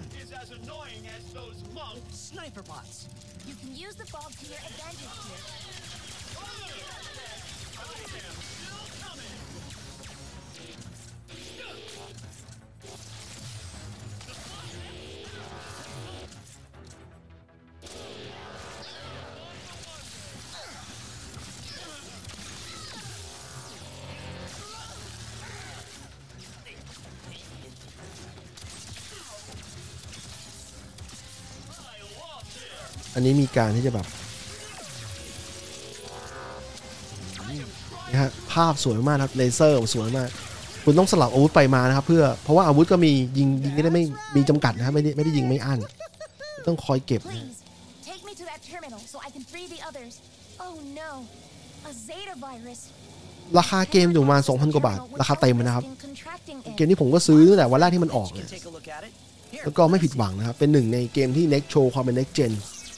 อันนี้มีการที่จะแบบนะฮะภาพสวยมากครับเลเซอร์สวยมากคุณต้องสลับอาวุธไปมานะครับเพราะว่าอาวุธก็มียิงได้ไม่มีจำกัดนะครับไม่ได้ยิงไม่อั้นต้องคอยเก็บนะราคาเกมอยู่ประมาณ 2,000 กว่าบาทราคาเต็มนะครับเกมนี้ผมก็ซื้อตั้งแต่วันแรกที่มันออกเลยแล้วก็ไม่ผิดหวังนะครับเป็นหนึ่งในเกมที่ Next Show ความเป็น Next Gen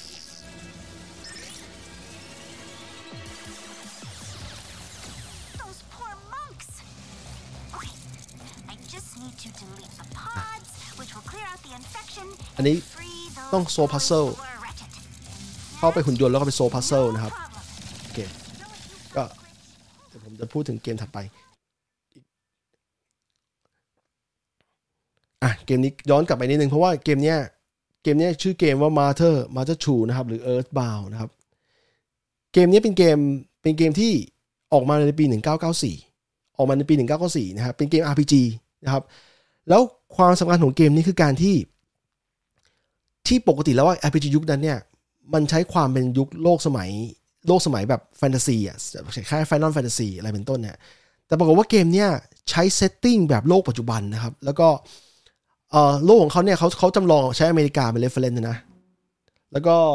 อันนี้ต้องโซพัซเซิลเข้าไปหุ่นยนต์แล้วก็ไปโซพัซเซิลนะครับโอเคก็เดี๋ยวผมจะพูดถึงเกมถัดไปเกมนี้ย้อนกลับไปนิดนึงเพราะว่าเกมเนี้ยชื่อเกมว่า Mother 2นะครับหรือ Earthbound นะครับเกมนี้เป็นเกมที่ออกมาในปี1994ออกมาในปี1994นะครับเป็นเกม RPG นะครับแล้วความสำคัญของเกมนี้คือการที่ปกติแล้วว่า RPG ยุคนั้นเนี่ยมันใช้ความเป็นยุคโลกสมัยแบบแฟนตาซีคล้าย Final Fantasy อะไรเป็นต้นเนี่ยแต่ปรากฏว่าเกมเนี่ยใช้เซตติ้งแบบโลกปัจจุบันนะครับแล้วก็โลกของเขาเนี่ยเขาจำลองใช้อเมริกาเป็น reference นะแล้วก็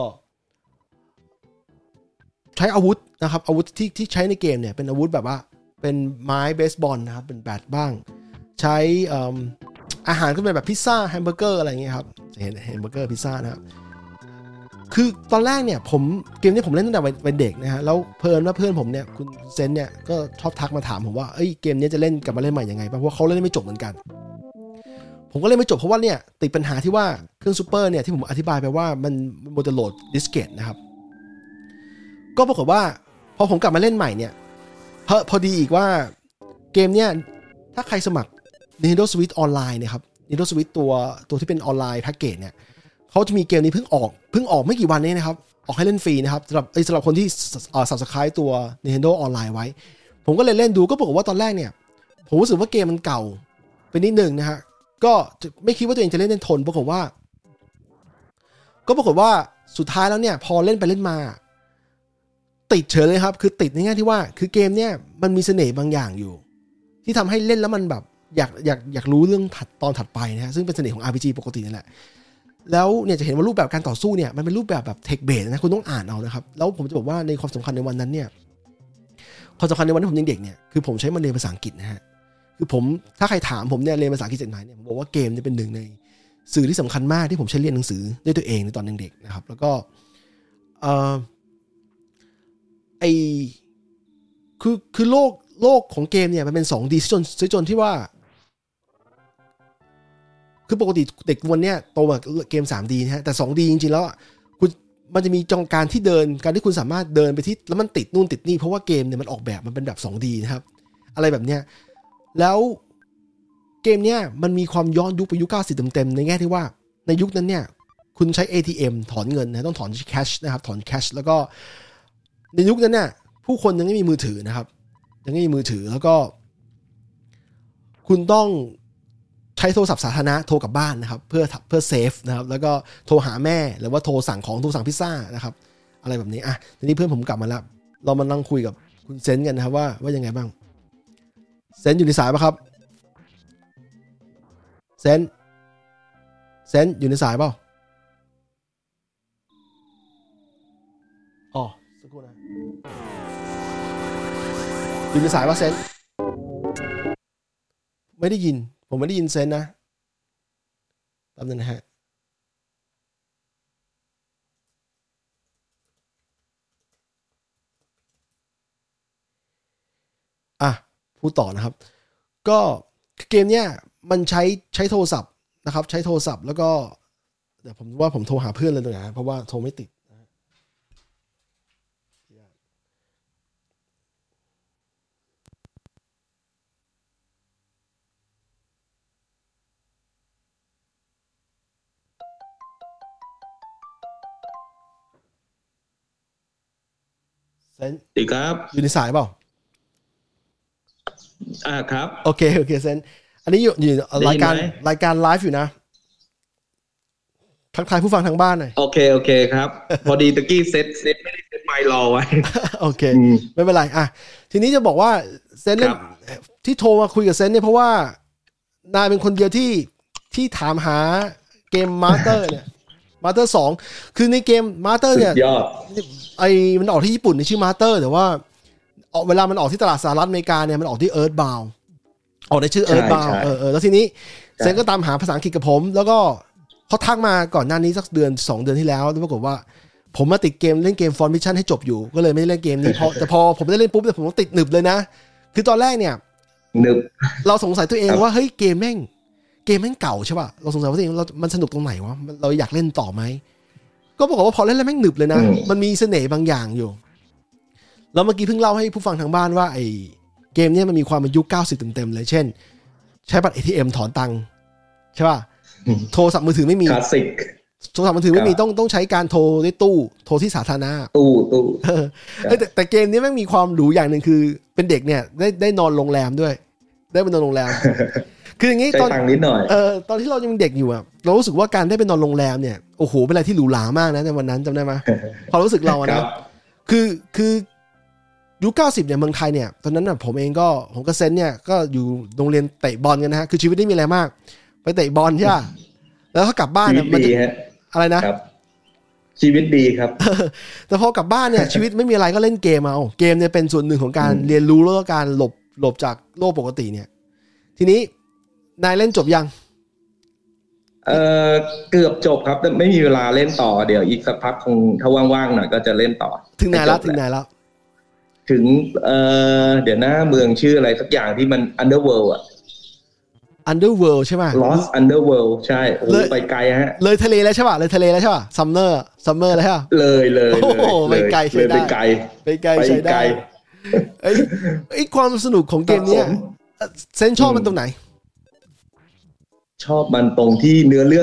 ใช้อาวุธนะครับอาวุธที่ใช้ในเกมเนี่ยเป็นอาวุธแบบว่าเป็นไม้เบสบอลนะครับเป็นแบดบ้างใช้อาหารก็เป็นแบบพิซซ่าแฮมเบอร์เกอร์อะไรอย่างเงี้ยครับจะเห็นแฮมเบอร์เกอร์พิซซ่านะครับคือตอนแรกเนี่ยเกมนี้ผมเล่นตั้งแต่เป็นเด็กนะฮะแล้วเพื่อนผมเนี่ยคุณเซนเนี่ยก็ชอบทักมาถามผมว่าเกมนี้จะเล่นกลับมาเล่นใหม่ยังไงเพราะว่าเขาเล่นไม่จบเหมือนกันผมก็เล่นไม่จบเพราะว่าเนี่ยติดปัญหาที่ว่าเครื่องซูเปอร์เนี่ยที่ผมอธิบายไปว่ามันโมเดลโหลดดิสเกตนะครับก็ปรากฏว่าพอผมกลับมาเล่นใหม่เนี่ยพอดีอีกว่าเกมเนี่ยถ้าใครสมัคร Nintendo Switch ออนไลน์เนี่ยครับ Nintendo Switch ตัวที่เป็นออนไลน์แพ็กเกจเนี่ยเขาจะมีเกมนี้เพิ่งออกไม่กี่วันนี้นะครับออกให้เล่นฟรีนะครับสำหรับคนที่Subscribe ตัว Nintendo ออนไลน์ไว้ผมก็เลยเล่นดูก็ปรากฏว่าตอนแรกเนี่ยผมรู้สึกว่าเกมมันเก่าไปนิดนึงนะฮะก็ไม่คิดว่าตัวเองจะเล่นได้ทนปรากฏว่าสุดท้ายแล้วเนี่ยพอเล่นไปเล่นมาติดเฉยเลยครับคือติดในแง่ที่ว่าคือเกมเนี่ยมันมีเสน่ห์บางอย่างอยู่ที่ทำให้เล่นแล้วมันแบบอยากรู้เรื่องตอนถัดไปนะฮะซึ่งเป็นเสน่ห์ของ RPG ปกตินั่นแหละแล้วเนี่ยจะเห็นว่ารูปแบบการต่อสู้เนี่ยมันเป็นรูปแบบเทคเบสนะคุณต้องอ่านเอานะครับแล้วผมจะบอกว่าในความสำคัญในวันนั้นเนี่ยความสำคัญในวันที่ผมยังเด็กเนี่ยคือผมใช้มันเรียนภาษาอังกฤษนะฮะคือผมถ้าใครถามผมเนี่ยเรียนภาษาอังกฤษจากไหนเนี่ยผมบอกว่าเกมเนี่ยเป็นหนึ่งในสื่อที่สำคัญมากที่ผมใช้เรียนหนังสือด้วยตัวเองในตอนเด็กๆนะครับแล้วก็คือโลกของเกมเนี่ยมันเป็น 2D จนที่ว่าคือปกติเด็กวันเนี้ยโตมาเกม 3D นะฮะแต่ 2D จริงๆแล้วคุณมันจะมีการที่เดินการที่คุณสามารถเดินไปที่แล้วมันติดนู่นติดนี่เพราะว่าเกมเนี่ยมันออกแบบมันเป็นแบบ 2D นะครับอะไรแบบเนี้ยแล้วเกมเนี้ยมันมีความย้อนยุคไปยุค90เต็มๆในแง่ที่ว่าในยุคนั้นเนี่ยคุณใช้ ATM ถอนเงินนะต้องถอนแคชนะครับถอนแคชแล้วก็ในยุคนั้นเนี่ยผู้คนยังไม่มีมือถือนะครับยังไม่มีมือถือแล้วก็คุณต้องใช้โทรศัพท์สาธารณะโทรกลับบ้านนะครับเพื่อเซฟนะครับแล้วก็โทรหาแม่หรือว่าโทรสั่งพิซซ่านะครับอะไรแบบนี้ทีนี้เพื่อนผมกลับมาแล้วเรามานั่งคุยกับคุณเซนกันนะครับว่ายังไงบ้างเซนอยู่ในสายป่ะครับเซนอยู่ในสายเปล่าอ๋อสักครู่นะอยู่ในสายป่ะเซนไม่ได้ยินผมไม่ได้ยินเซนนะแป๊บนึงนะฮะพูดต่อนะครับก็เกมเนี้ยมันใช้โทรศัพท์นะครับใช้โทรศัพท์แล้วก็เดี๋ยวผมว่าผมโทรหาเพื่อนเลยนะเพราะว่าโทรไม่ติดเซนดีครับอยู่ในสายเปล่าครับโอเคเซนอันนี้อยู่รายการไลฟ์อยู่นะทักทายผู้ฟังทางบ้านหน่อยโอเคครับพอดีตะกี้เซตไม่ได้เซตไมค์รอไว้โอเคไม่เป็นไรทีนี้จะบอกว่าเซนที่โทรมาคุยกับเซนเนี่ยเพราะว่านายเป็นคนเดียวที่ถามหาเกมมาสเตอร์เนี่ยมาสเตอร์2คือในเกมมาสเตอร์เนี่ยมันออกที่ญี่ปุ่นในชื่อมาสเตอร์แต่ว่าเวลามันออกที่ตลาดสหรัฐอเมริกาเนี่ยมันออกที่ Earthbound ออกในชื่อ Earthbound แล้วทีนี้เซนก็ตามหาภาษาอังกฤษกับผมแล้วก็เขาทักมาก่อนหน้านี้สัก2 เดือนที่แล้วแล้วปรากฏว่าผมมาติดเกมเล่นเกมฟอนต์มิชชั่นให้จบอยู่ก็เลยไม่ได้เล่นเกมนี้แต่พอผมได้เล่นปุ๊บเนี่ยผมติดหนึบเลยนะคือตอนแรกเนี่ยหนึบเราสงสัยตัวเองว่าเฮ้ยเกมแม่งเก่าใช่ป่ะเราสงสัยว่าตัวเองมันสนุกตรงไหนวะเราอยากเล่นต่อไหมก็บอกว่าพอเล่นแล้วแม่งหนึบเลยนะมันมีเสน่ห์บางอย่างอยู่แล้วเมื่อกี้เพิ่งเล่าให้ผู้ฟังทางบ้านว่าไอ้เกมนี้มันมีความเป็นยุค90เต็มๆเลยเช่นใช้บัตร ATM ถอนตังค์ใช่ป่ะโทรศัพท์มือถือไม่มีคลาสสิกโทรศัพท์มือถือไม่มีต้องใช้การโทรด้วยตู้โทรที่สาธารณะตู้แต่เกมนี้แม่งมีความหรูอย่างหนึ่งคือเป็นเด็กเนี่ยได้นอนโรงแรมด้วยได้ไปนอนโรงแรมคืออย่างนี้ตอนนิดหน่อยตอนที่เรายังเด็กอยู่เรารู้สึกว่าการได้ไปนอนโรงแรมเนี่ยโอ้โหเป็นอะไรที่หรูหรามากนะในวันนั้นจำได้ไหมความรู้สึกเรานะคือยุค90เนี่ยเมืองไทยเนี่ยตอนนั้นน่ะผมกับเซนเนี่ยก็อยู่โรงเรียนเตะบอลกันนะฮะคือชีวิตไม่มีอะไรมากไปเตะบอลใช่ป่ะแล้วถ้ากลับบ้านมันจะอะไรนะครับชีวิตดีครับแต่พอกลับบ้านเนี่ยชีวิตไม่มีอะไรก็เล่นเกมเอาเกมเนี่ยเป็นส่วนหนึ่งของการเรียนรู้แล้วก็การหลบจากโลกปกติเนี่ยทีนี้นายเล่นจบยังเกือบจบครับแต่ไม่มีเวลาเล่นต่อเดี๋ยวอีกสักพักคงถ้าว่างๆหน่อยก็จะเล่นต่อถึงไหนแล้วถึงเดี๋ยวนะเมืองชื่ออะไรสักอย่างที่มัน Underworld อ่ะ Underworld ใช่ไหม Lost Underworld ใช่โอ้ไปไกลฮะเลยทะเลแล้วใช่ป่ะเลยทะเลแล้วใช่ป่ะซัมเมอร์แล้วใช่ป่ะเลยโอ้โหไปไกลใช่ได้ไปไกลใช่ได้ไอ้ความสนุกของเกมนี้เซนชอบมันตรงไหนชอบมันตรงที่เนื้อเรื่อง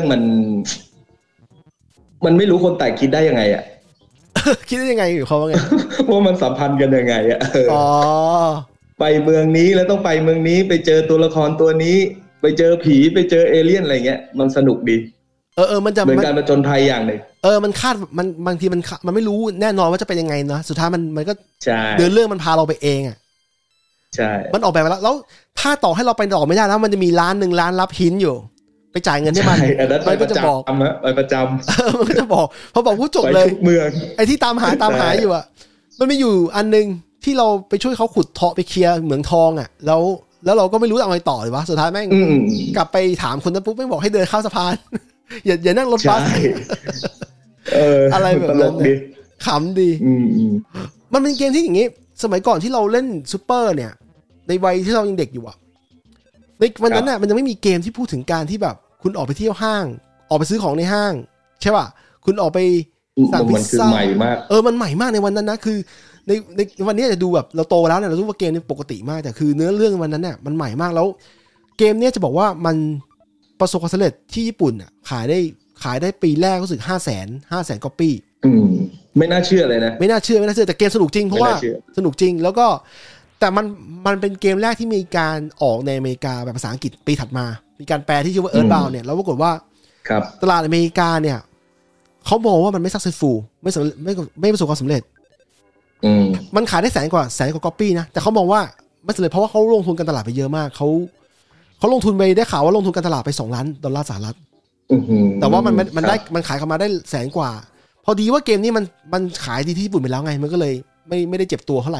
มันไม่รู้คนแต่คิดได้ยังไงอ่ะคิดได้ยังไงอยู่เขาว่าไงว่ามันสัมพันธ์กันยังไงอ่ะอ๋อไปเมืองนี้แล้วต้องไปเมืองนี้ไปเจอตัวละครตัวนี้ไปเจอผีไปเจอเอเลี่ยนอะไรเงี้ยมันสนุกดีมันจะเหมือนการผจญภัยอย่างหนึ่งมันคาดมันบางทีมันไม่รู้แน่นอนว่าจะเป็นยังไงนะสุดท้ายมันก็เดินเรื่องมันพาเราไปเองอ่ะใช่มันออกแบบมาแล้วถ้าต่อให้เราไปต่อไม่ได้แล้วมันจะมีร้านรับหินอยู่ไปจ่ายเงินให้มันก็จะบอกไปประจำมันก็จะบอกพอบอกผู้จบเลยเมืองไอ้ที่ตามหาอยู่อ่ะมันไม่อยู่อันนึงที่เราไปช่วยเขาขุดเทาะไปเคลียร์เหมืองทองอ่ะแล้วเราก็ไม่รู้เอาไงต่อเลยวะสุดท้ายแม่งกลับไปถามคนนั้นปุ๊บแม่งบอกให้เดินเข้าสะพาน อย่านั่งรถบัสอะไรแบบนั้นขำดีมันเป็นเกมที่อย่างงี้สมัยก่อนที่เราเล่นซูเปอร์เนี่ยในวัยที่เรายังเด็กอยู่อ่ะในวันนั้นน่ะมันยังไม่มีเกมที่พูดถึงการที่แบบคุณออกไปเที่ยวห้างออกไปซื้อของในห้างใช่ป่ะคุณออกไปสั่งพิซซ่ามันใหม่มากมันใหม่มากในวันนั้นนะคือในวันนี้จะดูแบบเราโตแล้วเนี่ยเรารู้ว่าเกมนี้ปกติมากแต่คือเนื้อเรื่องวันนั้นเนี่ยมันใหม่มากแล้วเกมนี้จะบอกว่ามันประสบความสำเร็จที่ญี่ปุ่นอ่ะขายได้ปีแรกรู้สึก500,000 ก๊อปปี้ไม่น่าเชื่อเลยนะไม่น่าเชื่อแต่เกมสนุกจริงเพราะว่าสนุกจริงแล้วก็แต่มันเป็นเกมแรกที่มีการออกในอเมริกาแบบภาษาอังกฤษปีถัดมามีการแปลที่ชื่อว่า Earthbound เนี่ยแล้วปรากฏว่าตลาดอเมริกาเนี่ยเขาบอกว่ามันไม่ successful ไม่ประสบความสำเร็จมันขายได้แสนกว่าก๊อปปี้นะแต่เขามองว่าไม่สำเร็จเพราะว่าเขาลงทุนการตลาดไปเยอะมากเขาลงทุนไปได้ข่าวว่าลงทุนการตลาดไป$2 ล้านแต่ว่ามันขายเข้ามาได้แสนกว่าพอดีว่าเกมนี้มันขายดีที่ญี่ปุ่นไปแล้วไงมันก็เลยไม่ได้เจ็บตัวเท่าไหร่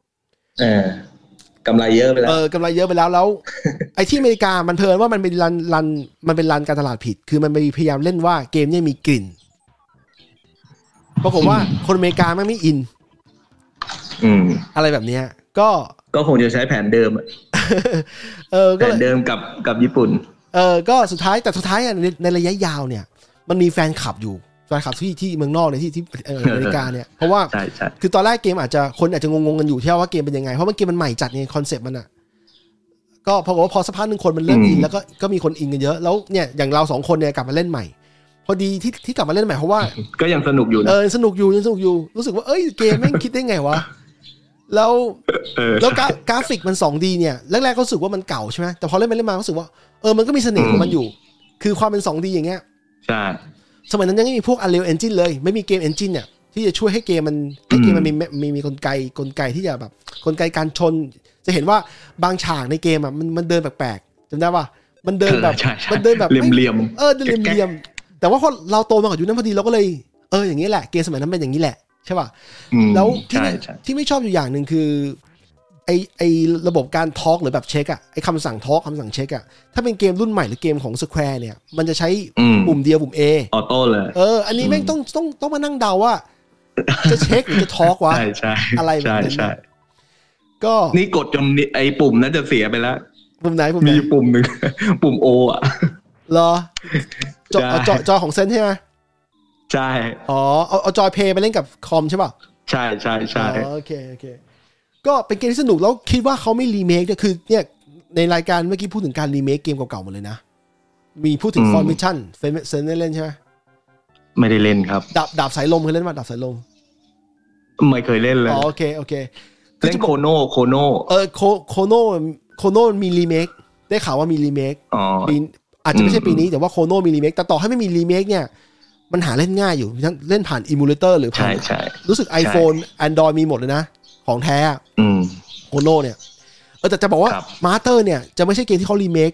กำไรเยอะไปแล้วกำไรเยอะไปแล้วไอ้ที่อเมริกามันเพลินว่ามันเป็นรันการตลาดผิดคือมันพยายามเล่นว่าเกมนี้มีกลิ่นปรากฏว่าคนอเมริกาไม่อินอะไรแบบนี้ก็คงจะใช้แผนเดิมแผนเดิมกับญี่ปุ่นก็สุดท้ายในระยะยาวเนี่ยมันมีแฟนคลับอยู่แฟนคลับที่เมืองนอกเนี่ยที่อเมริกาเนี่ยเพราะว่าคือตอนแรกเกมคนอาจจะงงกันอยู่ที่ว่าเกมเป็นยังไงเพราะว่าเกมมันใหม่จัดไงคอนเซ็ปต์มันอ่ะก็พอสักพักนึงคนมันเริ่มอินแล้วก็มีคนอินกันเยอะแล้วเนี่ยอย่างเรา2คนเนี่ยกลับมาเล่นใหม่พอดีที่กลับมาเล่นใหม่เพราะว่าก็ยังสนุกอยู่นะสนุกอยู่รู้สึกว่าเกมแม่งคิดได้ไงวะแล้วกราฟิกมัน 2D เนี่ยแรกๆก็รู้สึกว่ามันเก่าใช่ไหมแต่พอเล่นไปเล่นมารู้สึกว่ามันก็มีเสน่ห์ของมันอยู่คือความเป็น 2D อย่างเงี้ยใช่สมัยนั้นยังไม่มีพวก Unreal Engine เลยไม่มีเกม Engine เนี่ยที่จะช่วยให้เกมมันมีกลไกที่จะแบบกลไกการชนจะเห็นว่าบางฉากในเกมอ่ะมันเดินแปลกๆจำได้ป่ะมันเดินแบบเหลี่ยมแต่ว่าพอเราโตมากับยุคนั้นพอดีเราก็เลยอย่างนี้แหละเกมสมัยนั้นเป็นอย่างนี้แหละใช่ป่ะแล้วที่ไม่ชอบอยู่อย่างนึงคือไอระบบการทอล์กหรือแบบเช็คอะไอคำสั่งทอล์กคำสั่งเช็คอะถ้าเป็นเกมรุ่นใหม่หรือเกมของ Square เนี่ยมันจะใช้ปุ่มเดียวปุ่ม A ออโต้เลยอันนี้แม่งต้องมานั่งเดาว่าจะเช็คหรือจะทอล์กวะอะไรแบบนั้นก็นี่กดจนไอปุ่มนั้นจะเสียไปแล้วปุ่มไหนมีปุ่มนึงปุ่ม O อะเหรอจอของเซนใช่ไหมใช่เอาจอยเพย์ไปเล่นกับคอมใช่ป่ะใช่โอเคก็เป็นเกมที่สนุกแล้วคิดว่าเขาไม่รีเมคเนี่ยคือเนี่ยในรายการเมื่อกี้พูดถึงการรีเมคเกมเก่าๆหมดเลยนะมีพูดถึง Formation เซนได้เล่นใช่ไหมไม่ได้เล่นครับดาบสายลมเคยเล่นป่ะดาบสายลมไม่เคยเล่นเลยโอเคเล่นโคโน่โคโน่มีรีเมคได้ข่าวว่ามีรีเมคอาจจะไม่ใช่ปีนี้แต่ว่าโคโน่มีรีเมคแต่ต่อให้ไม่มีรีเมคเนี่ยมันหาเล่นง่ายอยู่เล่นผ่านอิมูเลเตอร์หรือผ่านรู้สึก iPhone Android มีหมดเลยนะของแท้โคโน่เนี่ยแต่จะบอกว่ามาสเตอร์เนี่ยจะไม่ใช่เกมที่เขารีเมค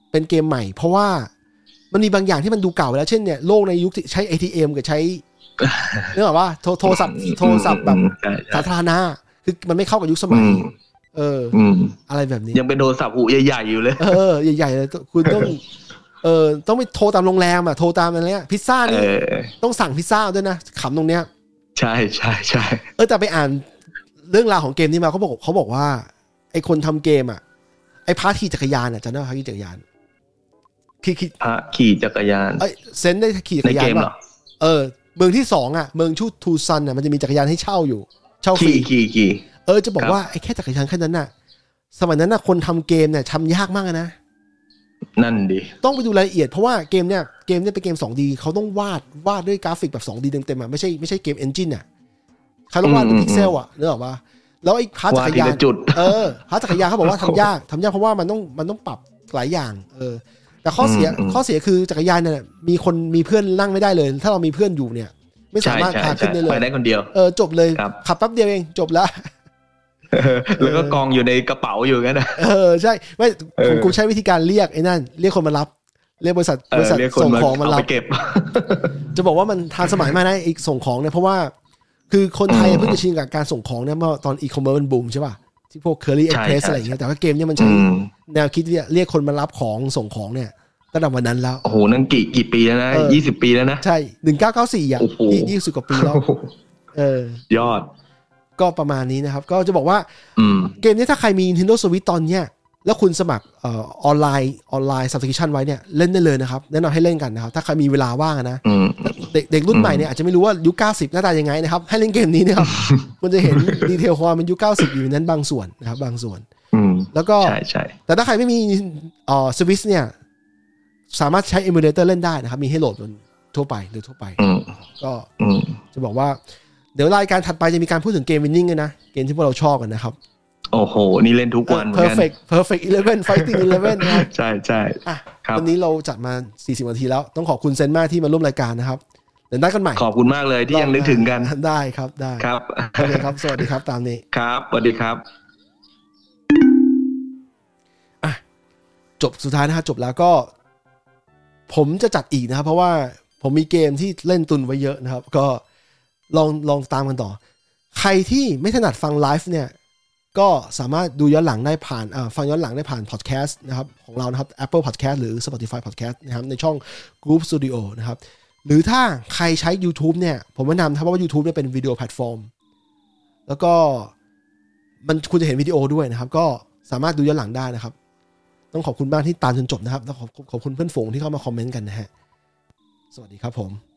เป็นเกมใหม่เพราะว่ามันมีบางอย่างที่มันดูเก่าไปแล้วเช่นเนี่ยโลกในยุคที่ใช้ ATM กับใช้นึกออกว่าโทรศัพท์แบบสาธารณะคือมันไม่เข้ากับยุคสมัยอะไรแบบนี้ยังเป็นโทรศัพท์หูใหญ่ๆอยู่เลยใหญ่ๆเลยคุณต้องไปโทรตามโรงแรมอ่ะโทรตามอะไรเงี้ยพิซซ่านี่ต้องสั่งพิซซ่าด้วยนะขำตรงเนี้ยใช่ใช่ใช่แต่ไปอ่านเรื่องราวของเกมนี้มาเขาบอกว่าไอคนทำเกมอ่ะไอพาร์ทขี่จักรยานอ่ะจะได้พาร์ทขี่จักรยานขี่จักรยานเซนได้ขี่จักรยานป่ะเมืองที่2อ่ะเมืองชูทูซันอ่ะมันจะมีจักรยานให้เช่าอยู่เช่าฟรีขี่จะบอกว่าไอ้แค่จักรยานแค่นั้นน่ะสมัยนั้นน่ะคนทำเกมเนี่ยทำยากมากนะนั่นดิต้องไปดูรายละเอียดเพราะว่าเกมเนี่ยเป็นเกม 2D เขาต้องวาดด้วยกราฟิกแบบ 2D เต็มๆอ่ะไม่ใช่เกมเอนจินอ่ะเขาต้องวาดเป็นพิกเซลอ่ะนึกออกป่ะแล้วไอ้พาร์ทจักรยานพาร์ทจักรยานเขาบอกว่าทำยากเพราะว่ามันต้องปรับหลายอย่างแต่ข้อเสียคือจักรยานเนี่ยมีเพื่อนนั่งไม่ได้เลยถ้าเรามีเพื่อนอยู่เนี่ยไม่สามารถพาขึ้นได้เลยไปได้คนเดียวจบเลยขับแป๊บเดียวเองจบแล้วแล้วก็กองอยู่ในกระเป๋าอยู่งั้นนะใช่ไม่กูใช้วิธีการเรียกไอ้นั่นเรียกคนมารับเรียกบริษัทส่งของมารับเก็บจะบอกว่ามันทันสมัยมากนะอีกส่งของเนี่ยเพราะว่าคือคนไทยเพิ่งจะชินกับการส่งของเนี่ยเมื่อตอนอีคอมเมิร์ซมันบูมใช่ป่ะที่พวก Curly Express อะไรอย่างเงี้ยแต่ว่าเกมเนี่ยมันใช้แนวคิดเรียกคนมารับของส่งของเนี่ยตั้งแต่วันนั้นแล้วโอ้โหนั่นกี่ปีแล้วนะ20 ปีแล้วนะใช่1994อ่ะ20 กว่าปีแล้วยอดก็ประมาณนี้นะครับก็จะบอกว่าเกมนี้ถ้าใครมี Nintendo Switch ตอนเนี้ยแล้วคุณสมัครออนไลน์ Subscription ไว้เนี่ยเล่นได้เลยนะครับแนะนำให้เล่นกันนะครับถ้าใครมีเวลาว่างนะเด็กรุ่นใหม่เนี่ยอาจจะไม่รู้ว่ายุค90หน้าตายังไงนะครับให้เล่นเกมนี้นะครับมันจะเห็นดีเทลความเป็นยุค90อยู่นั้นบางส่วนนะครับบางส่วนแล้วก็ใช่แต่ถ้าใครไม่มีSwitch เนี่ยสามารถใช้ Emulator เล่นได้นะครับมีให้โหลดบนทั่วไปโดยทั่วไปก็จะบอกว่าเดี๋ยวรายการถัดไปจะมีการพูดถึงเกมวินนิ่งกันนะเกมที่พวกเราชอบกันนะครับโอ้โหนี่เล่นทุกวันเหมือนกัน Perfect 11 Fighting 11นะครับใช่วันนี้เราจัดมา40 นาทีแล้วต้องขอบคุณเซนมากที่มาร่วมรายการนะครับเดี๋ยวนัดกันใหม่ขอบคุณมากเลยที่ยังนึกถึงกันได้ครับได้ครับโอเคครับสวัสดีครับตามนี้ครับสวัสดีครับจบสุดท้ายนะฮะจบแล้วก็ผมจะจัดอีกนะครับเพราะว่าผมมีเกมที่เล่นตุนไว้เยอะนะครับก็ลองตามกันต่อใครที่ไม่ถนัดฟังไลฟ์เนี่ยก็สามารถดูย้อนหลังได้ผ่านฟังย้อนหลังได้ผ่านพอดแคสต์นะครับของเรานะครับ Apple Podcast หรือ Spotify Podcast นะครับในช่อง Group Studio นะครับหรือถ้าใครใช้ YouTube เนี่ยผมแนะนำครับว่า YouTube เนี่ยเป็นวิดีโอแพลตฟอร์มแล้วก็มันคุณจะเห็นวิดีโอด้วยนะครับก็สามารถดูย้อนหลังได้นะครับต้องขอบคุณมากที่ตามจนจบนะครับแล้วขอบคุณเพื่อนฝูงที่เข้ามาคอมเมนต์กันนะฮะสวัสดีครับผม